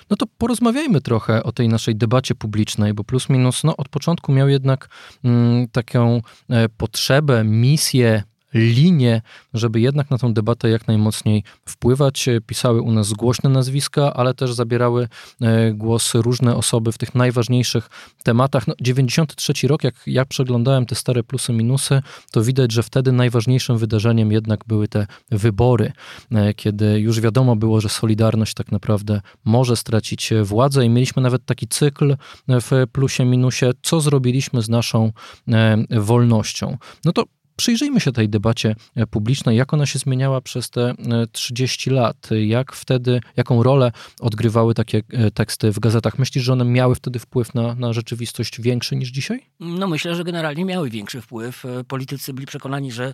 No to porozmawiajmy trochę o tej naszej debacie publicznej, bo Plus Minus od początku miał jednak taką potrzebę, misję, linię, żeby jednak na tę debatę jak najmocniej wpływać. Pisały u nas głośne nazwiska, ale też zabierały głos różne osoby w tych najważniejszych tematach. 93 rok, jak ja przeglądałem te stare plusy, minusy, to widać, że wtedy najważniejszym wydarzeniem jednak były te wybory, kiedy już wiadomo było, że Solidarność tak naprawdę może stracić władzę i mieliśmy nawet taki cykl w plusie, minusie, co zrobiliśmy z naszą wolnością. No to przyjrzyjmy się tej debacie publicznej, jak ona się zmieniała przez te 30 lat, jaką rolę odgrywały takie teksty w gazetach. Myślisz, że one miały wtedy wpływ na rzeczywistość większy niż dzisiaj? No myślę, że generalnie miały większy wpływ. Politycy byli przekonani, że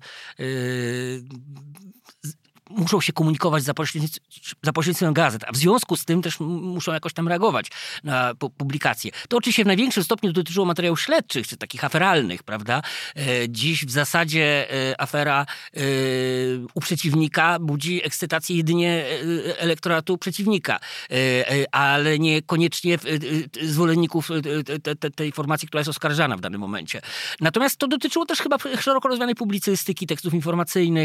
muszą się komunikować za pośrednictwem gazet, a w związku z tym też muszą jakoś tam reagować na publikacje. To oczywiście w największym stopniu dotyczyło materiałów śledczych, czy takich aferalnych, prawda? Dziś w zasadzie afera u przeciwnika budzi ekscytację jedynie elektoratu przeciwnika, ale niekoniecznie zwolenników tej formacji, która jest oskarżana w danym momencie. Natomiast to dotyczyło też chyba szeroko rozumianej publicystyki, tekstów informacyjnych.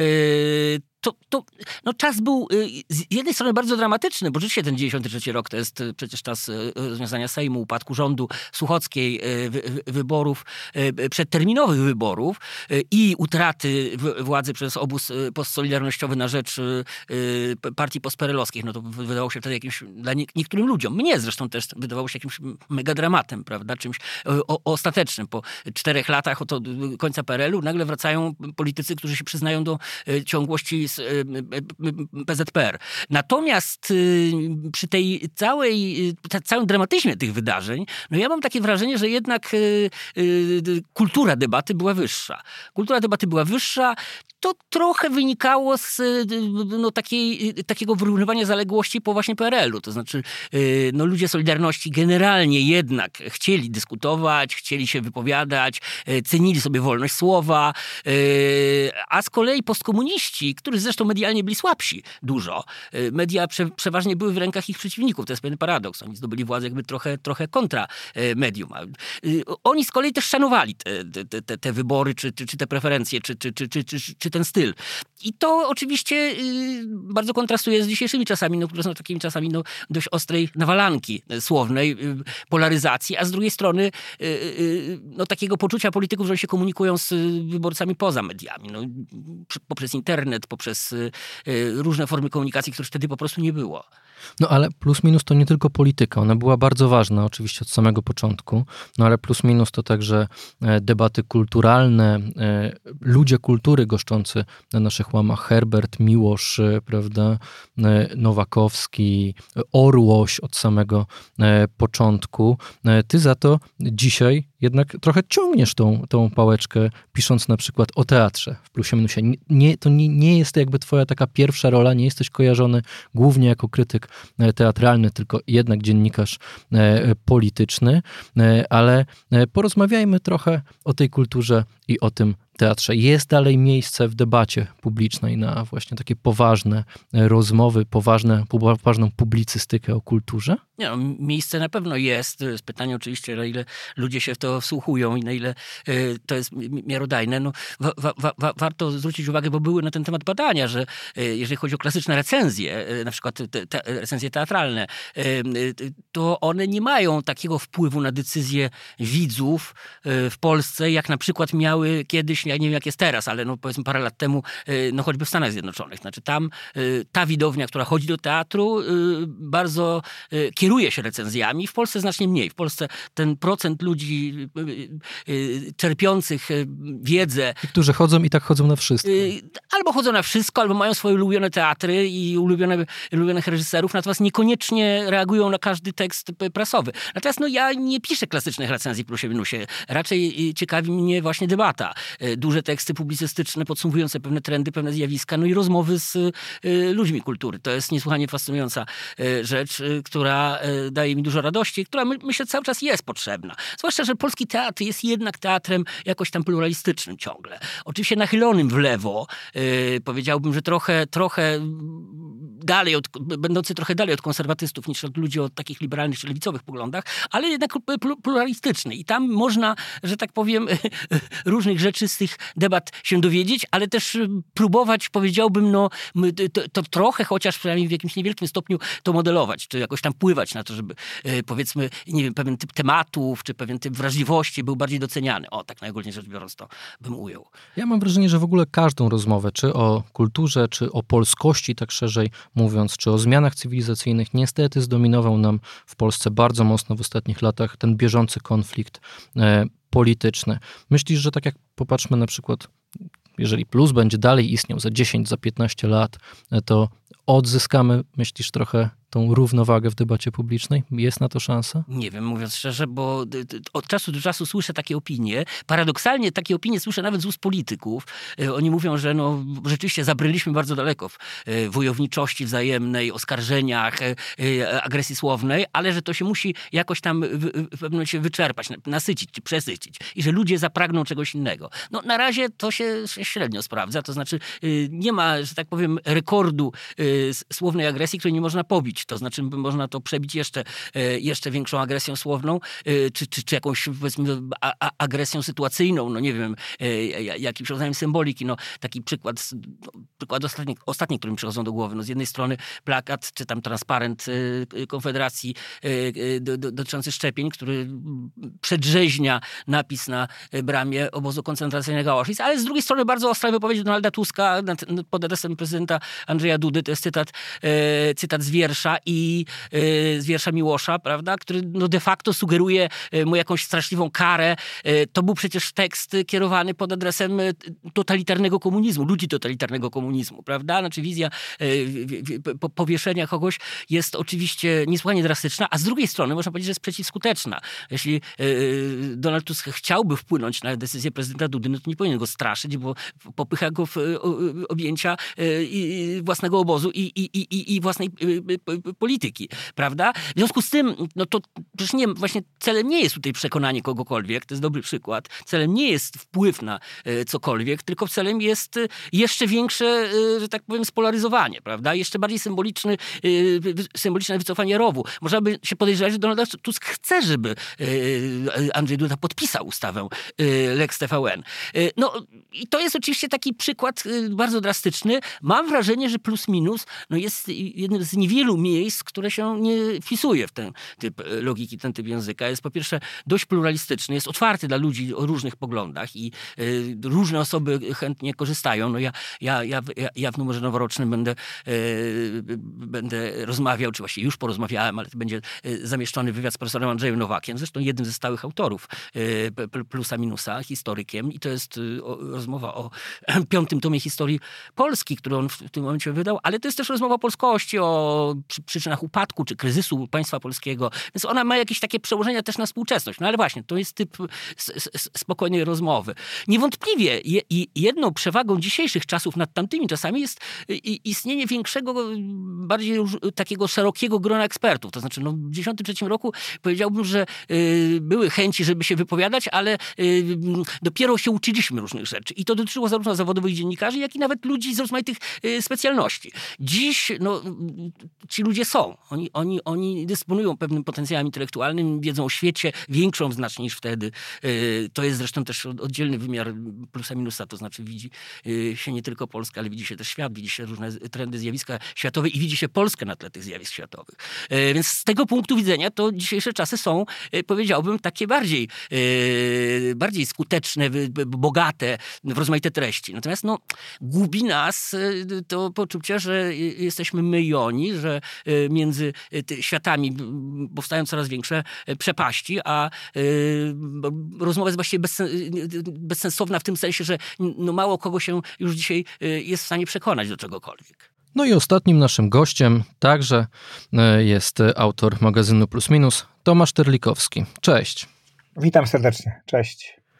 Czas był z jednej strony bardzo dramatyczny, bo rzeczywiście ten 93 rok to jest przecież czas rozwiązania Sejmu, upadku rządu Suchockiej, wyborów, przedterminowych wyborów i utraty władzy przez obóz postsolidarnościowy na rzecz partii postperelowskich. No to wydawało się wtedy jakimś, dla niektórym ludziom, mnie zresztą też wydawało się jakimś megadramatem, prawda, czymś ostatecznym. Po 4 latach od końca PRL-u nagle wracają politycy, którzy się przyznają do ciągłości z PZPR. Natomiast przy tej całym dramatyzmie tych wydarzeń, no ja mam takie wrażenie, że jednak kultura debaty była wyższa. Kultura debaty była wyższa. To trochę wynikało z takiego wyrównywania zaległości po właśnie PRL-u. To znaczy ludzie Solidarności generalnie jednak chcieli dyskutować, chcieli się wypowiadać, cenili sobie wolność słowa, a z kolei postkomuniści, którzy zresztą medialnie byli słabsi dużo, media przeważnie były w rękach ich przeciwników. To jest pewien paradoks. Oni zdobyli władzę jakby trochę kontra medium. Oni z kolei też szanowali te wybory, czy te preferencje, czy ten styl. I to oczywiście bardzo kontrastuje z dzisiejszymi czasami, które są takimi czasami dość ostrej nawalanki słownej, polaryzacji, a z drugiej strony takiego poczucia polityków, że oni się komunikują z wyborcami poza mediami. Poprzez internet, poprzez różne formy komunikacji, których wtedy po prostu nie było. No ale plus minus to nie tylko polityka. Ona była bardzo ważna oczywiście od samego początku, no ale plus minus to także debaty kulturalne, ludzie kultury goszczący na naszych łamach. Herbert, Miłosz, prawda, Nowakowski, Orłoś od samego początku. Ty za to dzisiaj jednak trochę ciągniesz tą pałeczkę, pisząc na przykład o teatrze w plusie minusie. To nie jest jakby twoja taka pierwsza rola, nie jesteś kojarzony głównie jako krytyk teatralny, tylko jednak dziennikarz polityczny, ale porozmawiajmy trochę o tej kulturze i o tym teatrze. Jest dalej miejsce w debacie publicznej na właśnie takie poważne rozmowy, poważną publicystykę o kulturze? Nie, miejsce na pewno jest. To jest pytanie oczywiście, na ile ludzie się w to wsłuchują i na ile to jest miarodajne. Warto zwrócić uwagę, bo były na ten temat badania, że jeżeli chodzi o klasyczne recenzje, na przykład recenzje teatralne, to one nie mają takiego wpływu na decyzje widzów w Polsce, jak na przykład miały kiedyś, ja nie wiem jak jest teraz, ale powiedzmy parę lat temu, choćby w Stanach Zjednoczonych. Znaczy tam ta widownia, która chodzi do teatru, bardzo kieruje się recenzjami. W Polsce znacznie mniej. W Polsce ten procent ludzi czerpiących wiedzę... Którzy chodzą i tak chodzą na wszystko. Albo chodzą na wszystko, albo mają swoje ulubione teatry i ulubionych reżyserów, natomiast niekoniecznie reagują na każdy tekst prasowy. Natomiast ja nie piszę klasycznych recenzji w plusie minusie. Raczej ciekawi mnie właśnie debata. duże teksty publicystyczne podsumowujące pewne trendy, pewne zjawiska, no i rozmowy z ludźmi kultury. To jest niesłychanie fascynująca rzecz, która daje mi dużo radości, która myślę cały czas jest potrzebna. Zwłaszcza, że polski teatr jest jednak teatrem jakoś tam pluralistycznym ciągle. Oczywiście nachylonym w lewo, powiedziałbym, że trochę dalej, będący trochę dalej od konserwatystów niż od ludzi o takich liberalnych czy lewicowych poglądach, ale jednak pluralistyczny. I tam można, że tak powiem, różnych rzeczy z tych debat się dowiedzieć, ale też próbować, powiedziałbym, to trochę, chociaż przynajmniej w jakimś niewielkim stopniu to modelować, czy jakoś tam wpływać na to, żeby powiedzmy, nie wiem, pewien typ tematów, czy pewien typ wrażliwości był bardziej doceniany. O, tak najogólniej rzecz biorąc to bym ujął. Ja mam wrażenie, że w ogóle każdą rozmowę, czy o kulturze, czy o polskości, tak szerzej mówiąc, czy o zmianach cywilizacyjnych, niestety zdominował nam w Polsce bardzo mocno w ostatnich latach ten bieżący konflikt polityczny. Myślisz, że tak jak popatrzmy na przykład, jeżeli Plus będzie dalej istniał za 10, za 15 lat, to odzyskamy, myślisz, trochę tą równowagę w debacie publicznej? Jest na to szansa? Nie wiem, mówiąc szczerze, bo od czasu do czasu słyszę takie opinie. Paradoksalnie takie opinie słyszę nawet z ust polityków. Oni mówią, że rzeczywiście zabryliśmy bardzo daleko w wojowniczości wzajemnej, oskarżeniach, agresji słownej, ale że to się musi jakoś tam w pewnym momencie wyczerpać, nasycić czy przesycić i że ludzie zapragną czegoś innego. No, na razie to się średnio sprawdza, to znaczy nie ma, że tak powiem, rekordu słownej agresji, której nie można pobić. To znaczy można to przebić jeszcze większą agresją słowną, czy jakąś, powiedzmy, agresją sytuacyjną, no nie wiem, jakimś rodzajem symboliki. No, taki przykład ostatni, który mi przychodzą do głowy. No, z jednej strony plakat, czy tam transparent Konfederacji dotyczący szczepień, który przedrzeźnia napis na bramie obozu koncentracyjnego Auschwitz, ale z drugiej strony bardzo ostra wypowiedź Donalda Tuska pod adresem prezydenta Andrzeja Dudy. To jest cytat z wiersza z wiersza Miłosza, prawda, który de facto sugeruje mu jakąś straszliwą karę. To był przecież tekst kierowany pod adresem totalitarnego komunizmu, ludzi totalitarnego komunizmu, prawda? Znaczy wizja powieszenia kogoś jest oczywiście niesłychanie drastyczna, a z drugiej strony można powiedzieć, że jest przeciwskuteczna. Jeśli Donald Tusk chciałby wpłynąć na decyzję prezydenta Dudy, no to nie powinien go straszyć, bo popycha go w objęcia własnego obozu i własnej polityki, prawda? W związku z tym, no to przecież właśnie celem nie jest tutaj przekonanie kogokolwiek, to jest dobry przykład. Celem nie jest wpływ na cokolwiek, tylko celem jest jeszcze większe, że tak powiem, spolaryzowanie, prawda? Jeszcze bardziej symboliczne wycofanie rowu. Można by się podejrzewać, że Donald Tusk chce, żeby Andrzej Duda podpisał ustawę Lex TVN. No i to jest oczywiście taki przykład bardzo drastyczny. Mam wrażenie, że plus minus jest jednym z niewielu miejsc, które się nie wpisuje w ten typ logiki, ten typ języka. Jest po pierwsze dość pluralistyczny, jest otwarty dla ludzi o różnych poglądach i różne osoby chętnie korzystają. No ja w numerze noworocznym będę rozmawiał, czy właściwie już porozmawiałem, ale to będzie zamieszczony wywiad z profesorem Andrzejem Nowakiem, zresztą jednym ze stałych autorów Plusa Minusa, historykiem, i to jest rozmowa o 5. tomie historii Polski, którą on w tym momencie wydał, ale to jest też rozmowa o polskości, o przyczynach upadku czy kryzysu państwa polskiego, więc ona ma jakieś takie przełożenia też na współczesność. No ale właśnie, to jest typ spokojnej rozmowy. Niewątpliwie jedną przewagą dzisiejszych czasów nad tamtymi czasami jest istnienie większego, bardziej takiego szerokiego grona ekspertów. To znaczy, w 1993 roku powiedziałbym, że były chęci, żeby się wypowiadać, ale dopiero się uczyliśmy różnych rzeczy. I to dotyczyło zarówno zawodowych dziennikarzy, jak i nawet ludzi z rozmaitych specjalności. Dziś ci ludzie są. Oni dysponują pewnym potencjałem intelektualnym, wiedzą o świecie, większą znacznie niż wtedy. To jest zresztą też oddzielny wymiar plusa minusa, to znaczy widzi się nie tylko Polska, ale widzi się też świat, widzi się różne trendy, zjawiska światowe i widzi się Polskę na tle tych zjawisk światowych. Więc z tego punktu widzenia to dzisiejsze czasy są, powiedziałbym, takie bardziej skuteczne, bogate w rozmaite treści. Natomiast gubi nas to poczucie, że jesteśmy my i oni, że między światami powstają coraz większe przepaści, a rozmowa jest właściwie bezsensowna w tym sensie, że mało kogo się już dzisiaj jest w stanie przekonać do czegokolwiek. No i ostatnim naszym gościem także jest autor magazynu Plus Minus, Tomasz Terlikowski. Cześć. Witam serdecznie. Cześć.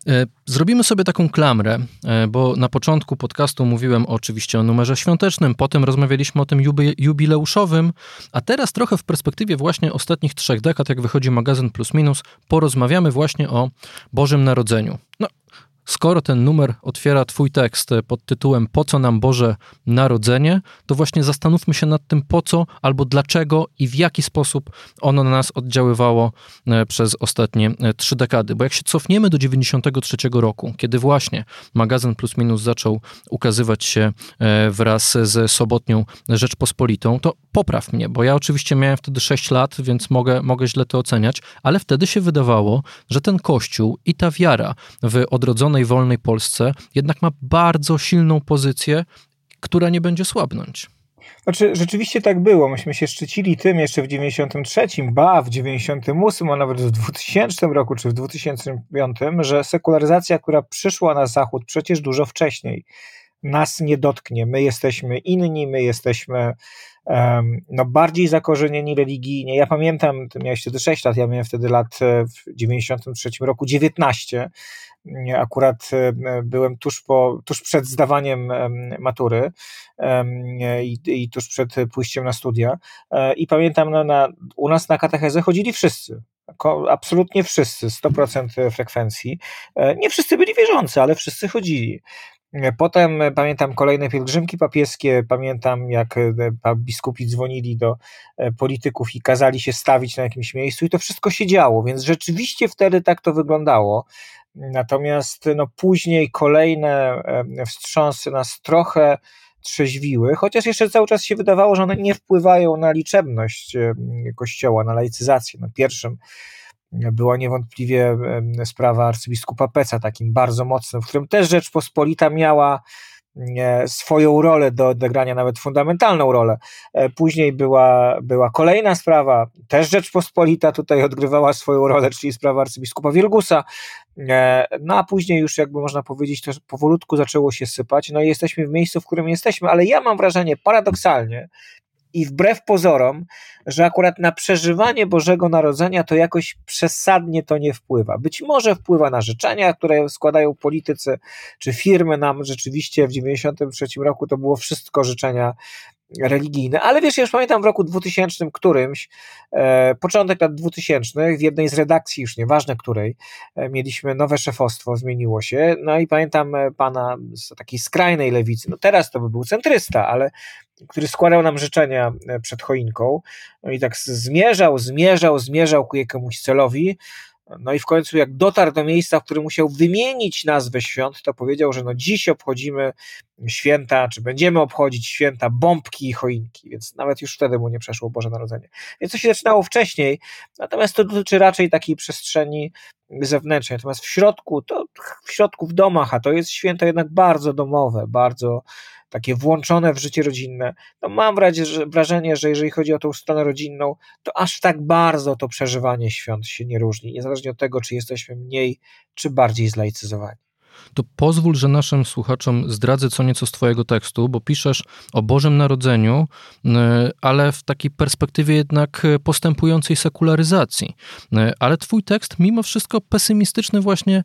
Zrobimy sobie taką klamrę, bo na początku podcastu mówiłem oczywiście o numerze świątecznym, potem rozmawialiśmy o tym jubileuszowym, a teraz trochę w perspektywie właśnie ostatnich 3 dekad, jak wychodzi magazyn Plus Minus, porozmawiamy właśnie o Bożym Narodzeniu. No, skoro ten numer otwiera twój tekst pod tytułem "Po co nam Boże Narodzenie?", to właśnie zastanówmy się nad tym, po co albo dlaczego i w jaki sposób ono na nas oddziaływało przez ostatnie 3 dekady. Bo jak się cofniemy do 93 roku, kiedy właśnie magazyn Plus Minus zaczął ukazywać się wraz ze sobotnią Rzeczpospolitą, to popraw mnie, bo ja oczywiście miałem wtedy 6 lat, więc mogę źle to oceniać, ale wtedy się wydawało, że ten Kościół i ta wiara w odrodzonej wolnej Polsce jednak ma bardzo silną pozycję, która nie będzie słabnąć. Znaczy, rzeczywiście tak było. Myśmy się szczycili tym jeszcze w 93, w 98, a nawet w 2000 roku, czy w 2005, że sekularyzacja, która przyszła na Zachód przecież dużo wcześniej, nas nie dotknie. My jesteśmy inni, my jesteśmy bardziej zakorzenieni religijnie. Ja pamiętam, ty miałeś wtedy 6 lat, ja miałem wtedy lat w 93 roku 19. Akurat byłem tuż przed zdawaniem matury i tuż przed pójściem na studia i pamiętam, u nas na katechezę chodzili wszyscy, absolutnie wszyscy, 100% frekwencji. Nie wszyscy byli wierzący, ale wszyscy chodzili. Potem pamiętam kolejne pielgrzymki papieskie, pamiętam jak biskupi dzwonili do polityków i kazali się stawić na jakimś miejscu i to wszystko się działo, więc rzeczywiście wtedy tak to wyglądało. Natomiast później kolejne wstrząsy nas trochę trzeźwiły, chociaż jeszcze cały czas się wydawało, że one nie wpływają na liczebność Kościoła, na laicyzację. Pierwszym była niewątpliwie sprawa arcybiskupa Peca, takim bardzo mocnym, w którym też Rzeczpospolita miała swoją rolę do odegrania, nawet fundamentalną rolę. Później była kolejna sprawa, też Rzeczpospolita tutaj odgrywała swoją rolę, czyli sprawa arcybiskupa Wielgusa, a później już jakby można powiedzieć, to powolutku zaczęło się sypać, i jesteśmy w miejscu, w którym jesteśmy, ale ja mam wrażenie paradoksalnie i wbrew pozorom, że akurat na przeżywanie Bożego Narodzenia to jakoś przesadnie to nie wpływa. Być może wpływa na życzenia, które składają politycy czy firmy. Nam rzeczywiście w 1993 roku to było wszystko życzenia religijne, ale wiesz, ja już pamiętam w roku 2000 którymś, początek lat 2000 w jednej z redakcji, już nieważne której, mieliśmy nowe szefostwo, zmieniło się, i pamiętam pana z takiej skrajnej lewicy, teraz to by był centrysta, ale który składał nam życzenia przed choinką, i tak zmierzał ku jakiemuś celowi, i w końcu jak dotarł do miejsca, w którym musiał wymienić nazwę świąt, to powiedział, że dziś obchodzimy święta, czy będziemy obchodzić święta bombki i choinki, więc nawet już wtedy mu nie przeszło Boże Narodzenie. Więc to się zaczynało wcześniej, natomiast to dotyczy raczej takiej przestrzeni zewnętrznej, natomiast w środku w domach, a to jest święto jednak bardzo domowe, bardzo takie włączone w życie rodzinne, mam wrażenie, że jeżeli chodzi o tą stronę rodzinną, to aż tak bardzo to przeżywanie świąt się nie różni, niezależnie od tego, czy jesteśmy mniej, czy bardziej zlaicyzowani. To pozwól, że naszym słuchaczom zdradzę co nieco z twojego tekstu, bo piszesz o Bożym Narodzeniu, ale w takiej perspektywie jednak postępującej sekularyzacji. Ale twój tekst mimo wszystko pesymistyczny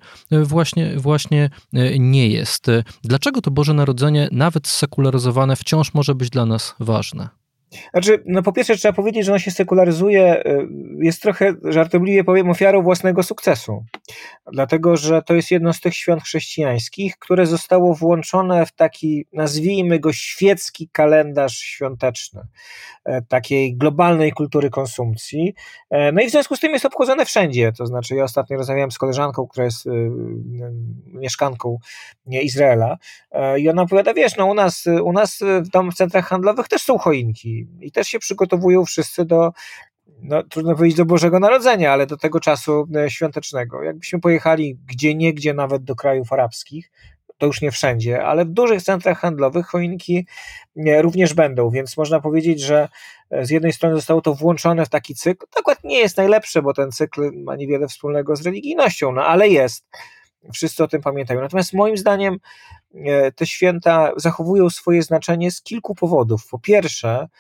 właśnie nie jest. Dlaczego to Boże Narodzenie, nawet sekularyzowane, wciąż może być dla nas ważne? Znaczy, po pierwsze trzeba powiedzieć, że ono się sekularyzuje, jest trochę, żartobliwie powiem, ofiarą własnego sukcesu. Dlatego, że to jest jedno z tych świąt chrześcijańskich, które zostało włączone w taki, nazwijmy go, świecki kalendarz świąteczny, takiej globalnej kultury konsumpcji. I w związku z tym jest obchodzone wszędzie. To znaczy, ja ostatnio rozmawiałem z koleżanką, która jest mieszkanką Izraela, i ona opowiada, wiesz, u nas w centrach handlowych też są choinki i też się przygotowują wszyscy do, trudno powiedzieć do Bożego Narodzenia, ale do tego czasu świątecznego. Jakbyśmy pojechali gdzieniegdzie, nawet do krajów arabskich, to już nie wszędzie, ale w dużych centrach handlowych choinki również będą, więc można powiedzieć, że z jednej strony zostało to włączone w taki cykl, to akurat nie jest najlepsze, bo ten cykl ma niewiele wspólnego z religijnością, ale jest. Wszyscy o tym pamiętają. Natomiast moim zdaniem te święta zachowują swoje znaczenie z kilku powodów. Po pierwsze,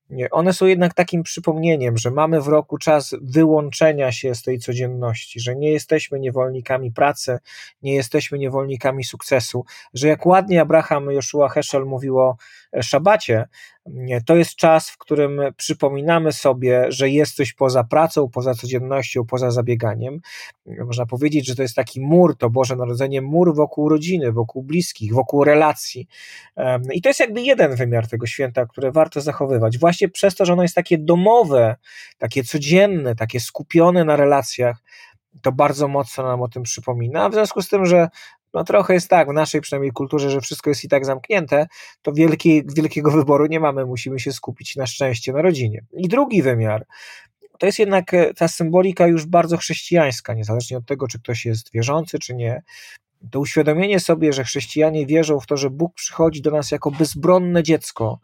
one są jednak takim przypomnieniem, że mamy w roku czas wyłączenia się z tej codzienności, że nie jesteśmy niewolnikami pracy, nie jesteśmy niewolnikami sukcesu, że jak ładnie Abraham Joshua Heschel mówił o szabacie, to jest czas, w którym przypominamy sobie, że jest coś poza pracą, poza codziennością, poza zabieganiem. Można powiedzieć, że to jest taki mur, to Boże Narodzenie, mur wokół rodziny, wokół bliskich, wokół relacji. I to jest jakby jeden wymiar tego święta, które warto zachowywać. Właśnie przez to, że ono jest takie domowe, takie codzienne, takie skupione na relacjach, to bardzo mocno nam o tym przypomina. A w związku z tym, że trochę jest tak w naszej przynajmniej kulturze, że wszystko jest i tak zamknięte, to wielkiego wyboru nie mamy, musimy się skupić na szczęście, na rodzinie. I drugi wymiar, to jest jednak ta symbolika już bardzo chrześcijańska, niezależnie od tego, czy ktoś jest wierzący, czy nie. To uświadomienie sobie, że chrześcijanie wierzą w to, że Bóg przychodzi do nas jako bezbronne dziecko,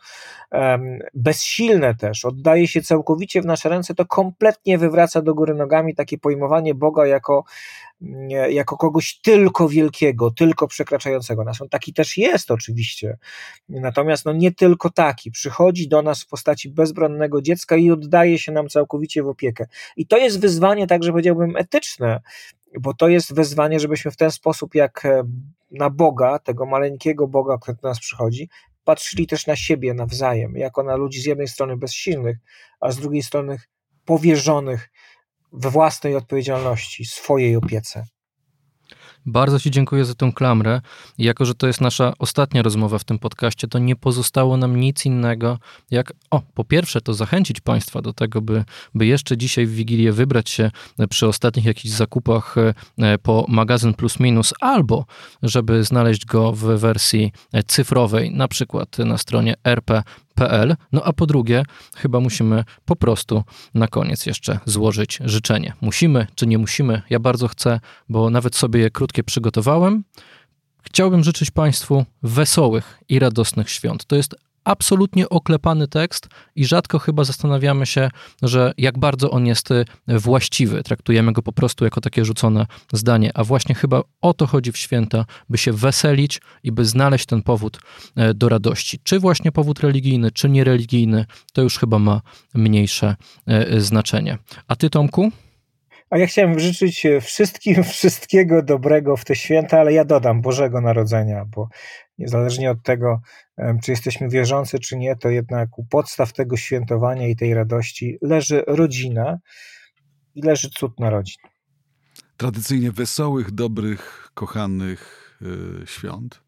bezsilne też, oddaje się całkowicie w nasze ręce, to kompletnie wywraca do góry nogami takie pojmowanie Boga jako kogoś tylko wielkiego, tylko przekraczającego nas. On taki też jest oczywiście, natomiast nie tylko taki. Przychodzi do nas w postaci bezbronnego dziecka i oddaje się nam całkowicie w opiekę. I to jest wyzwanie także, powiedziałbym, etyczne, bo to jest wezwanie, żebyśmy w ten sposób jak na Boga, tego maleńkiego Boga, który do nas przychodzi, patrzyli też na siebie nawzajem, jako na ludzi z jednej strony bezsilnych, a z drugiej strony powierzonych we własnej odpowiedzialności, swojej opiece. Bardzo Ci dziękuję za tę klamrę. I jako, że to jest nasza ostatnia rozmowa w tym podcaście, to nie pozostało nam nic innego, jak po pierwsze to zachęcić Państwa do tego, by jeszcze dzisiaj w Wigilię wybrać się przy ostatnich jakichś zakupach po magazyn Plus Minus, albo żeby znaleźć go w wersji cyfrowej, na przykład na stronie rp.pl. A po drugie, chyba musimy po prostu na koniec jeszcze złożyć życzenie. Musimy, czy nie musimy? Ja bardzo chcę, bo nawet sobie je krótkie przygotowałem. Chciałbym życzyć Państwu wesołych i radosnych świąt. To jest absolutnie oklepany tekst i rzadko chyba zastanawiamy się, że jak bardzo on jest właściwy. Traktujemy go po prostu jako takie rzucone zdanie, a właśnie chyba o to chodzi w święta, by się weselić i by znaleźć ten powód do radości. Czy właśnie powód religijny, czy niereligijny, to już chyba ma mniejsze znaczenie. A Ty, Tomku? A ja chciałem życzyć wszystkim wszystkiego dobrego w te święta, ale ja dodam Bożego Narodzenia, bo niezależnie od tego, czy jesteśmy wierzący, czy nie, to jednak u podstaw tego świętowania i tej radości leży rodzina i leży cud narodzin. Tradycyjnie wesołych, dobrych, kochanych świąt.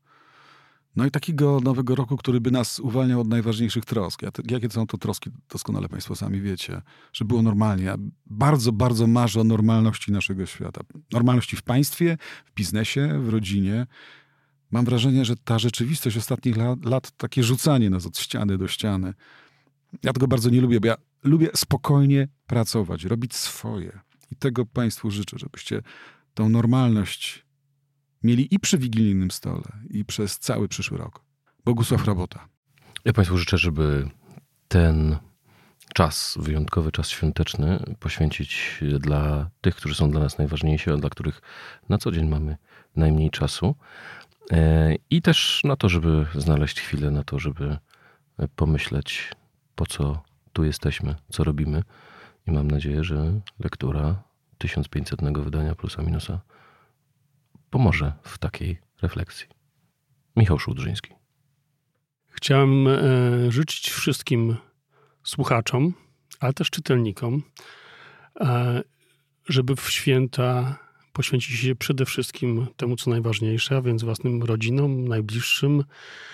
I takiego nowego roku, który by nas uwalniał od najważniejszych trosk. Jakie są to troski, doskonale Państwo sami wiecie, że było normalnie. Ja bardzo, bardzo marzę o normalności naszego świata. Normalności w państwie, w biznesie, w rodzinie. Mam wrażenie, że ta rzeczywistość ostatnich lat, takie rzucanie nas od ściany do ściany, ja tego bardzo nie lubię, bo ja lubię spokojnie pracować, robić swoje. I tego Państwu życzę, żebyście tą normalność mieli i przy wigilijnym stole, i przez cały przyszły rok. Bogusław Rabota. Ja Państwu życzę, żeby ten czas, wyjątkowy czas świąteczny poświęcić dla tych, którzy są dla nas najważniejsi, a dla których na co dzień mamy najmniej czasu. I też na to, żeby znaleźć chwilę na to, żeby pomyśleć, po co tu jesteśmy, co robimy. I mam nadzieję, że lektura 1500 wydania Plusa Minusa pomoże w takiej refleksji. Michał Szułdrzyński. Chciałem życzyć wszystkim słuchaczom, ale też czytelnikom, żeby w święta poświęcić się przede wszystkim temu, co najważniejsze, a więc własnym rodzinom, najbliższym,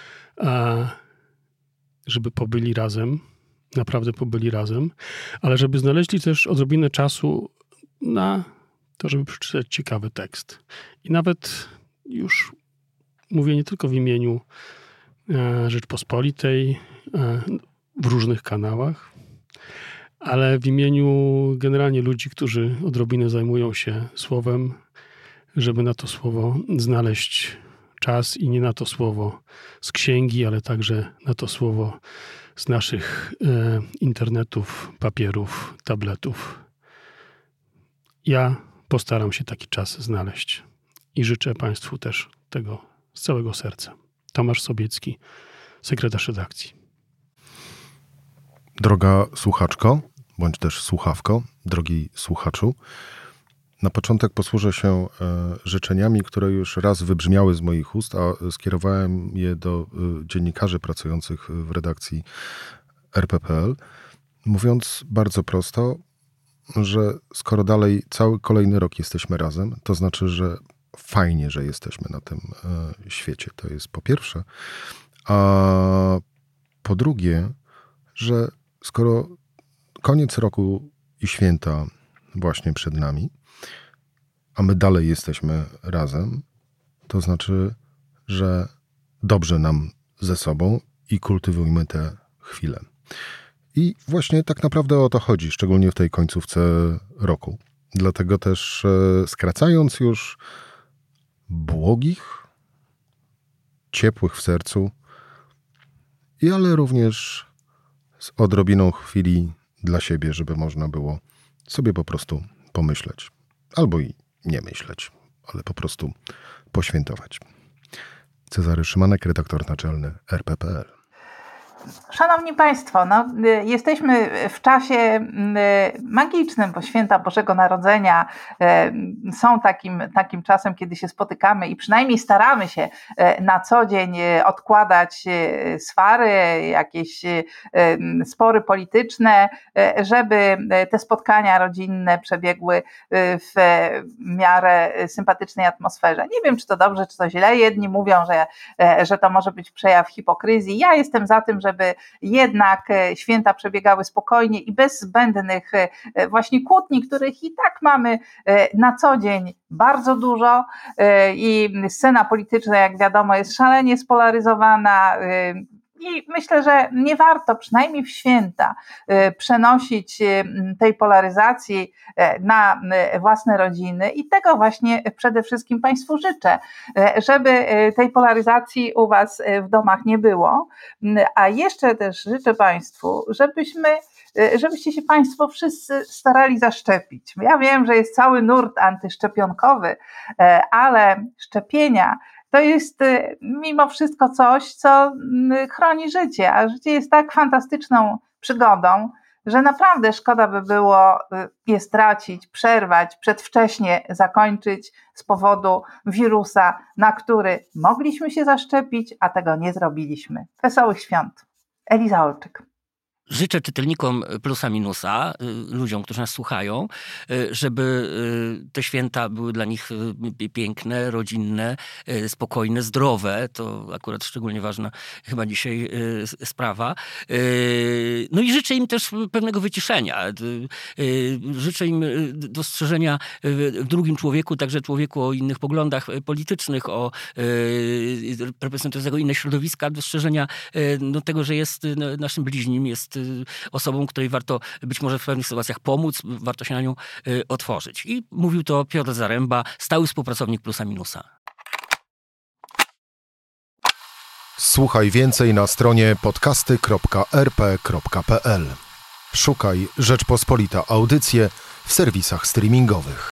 żeby pobyli razem, naprawdę pobyli razem, ale żeby znaleźli też odrobinę czasu na to, żeby przeczytać ciekawy tekst. I nawet już mówię nie tylko w imieniu Rzeczpospolitej w różnych kanałach, ale w imieniu generalnie ludzi, którzy odrobinę zajmują się słowem, żeby na to słowo znaleźć czas i nie na to słowo z księgi, ale także na to słowo z naszych internetów, papierów, tabletów. Ja postaram się taki czas znaleźć i życzę Państwu też tego z całego serca. Tomasz Sobiecki, sekretarz redakcji. Droga słuchaczko, bądź też słuchawko, drogi słuchaczu, na początek posłużę się życzeniami, które już raz wybrzmiały z moich ust, a skierowałem je do dziennikarzy pracujących w redakcji RP.pl, mówiąc bardzo prosto, że skoro dalej cały kolejny rok jesteśmy razem, to znaczy, że fajnie, że jesteśmy na tym świecie. To jest po pierwsze. A po drugie, że skoro koniec roku i święta właśnie przed nami, a my dalej jesteśmy razem, to znaczy, że dobrze nam ze sobą i kultywujmy te chwile. I właśnie tak naprawdę o to chodzi, szczególnie w tej końcówce roku. Dlatego też skracając już błogich, ciepłych w sercu, ale również z odrobiną chwili dla siebie, żeby można było sobie po prostu pomyśleć. Albo i nie myśleć, ale po prostu poświętować. Cezary Szymanek, redaktor naczelny RP.pl. Szanowni Państwo, jesteśmy w czasie magicznym, bo święta Bożego Narodzenia są takim czasem, kiedy się spotykamy i przynajmniej staramy się na co dzień odkładać swary, jakieś spory polityczne, żeby te spotkania rodzinne przebiegły w miarę sympatycznej atmosferze. Nie wiem, czy to dobrze, czy to źle. Jedni mówią, że to może być przejaw hipokryzji. Ja jestem za tym, żeby jednak święta przebiegały spokojnie i bez zbędnych właśnie kłótni, których i tak mamy na co dzień bardzo dużo i scena polityczna, jak wiadomo, jest szalenie spolaryzowana. I myślę, że nie warto, przynajmniej w święta, przenosić tej polaryzacji na własne rodziny i tego właśnie przede wszystkim Państwu życzę, żeby tej polaryzacji u Was w domach nie było, a jeszcze też życzę Państwu, żebyście się Państwo wszyscy starali zaszczepić. Ja wiem, że jest cały nurt antyszczepionkowy, ale szczepienia to jest mimo wszystko coś, co chroni życie, a życie jest tak fantastyczną przygodą, że naprawdę szkoda by było je stracić, przerwać, przedwcześnie zakończyć z powodu wirusa, na który mogliśmy się zaszczepić, a tego nie zrobiliśmy. Wesołych świąt. Eliza Olczyk. Życzę czytelnikom Plusa Minusa, ludziom, którzy nas słuchają, żeby te święta były dla nich piękne, rodzinne, spokojne, zdrowe. To akurat szczególnie ważna chyba dzisiaj sprawa. No i życzę im też pewnego wyciszenia. Życzę im dostrzeżenia w drugim człowieku, także człowieku o innych poglądach politycznych, o reprezentującego inne środowiska, dostrzeżenia tego, że jest naszym bliźnim, jest osobą, której warto być może w pewnych sytuacjach pomóc, warto się na nią otworzyć. I mówił to Piotr Zaręba, stały współpracownik Plusa Minusa. Słuchaj więcej na stronie podcasty.rp.pl. Szukaj Rzeczpospolita Audycje w serwisach streamingowych.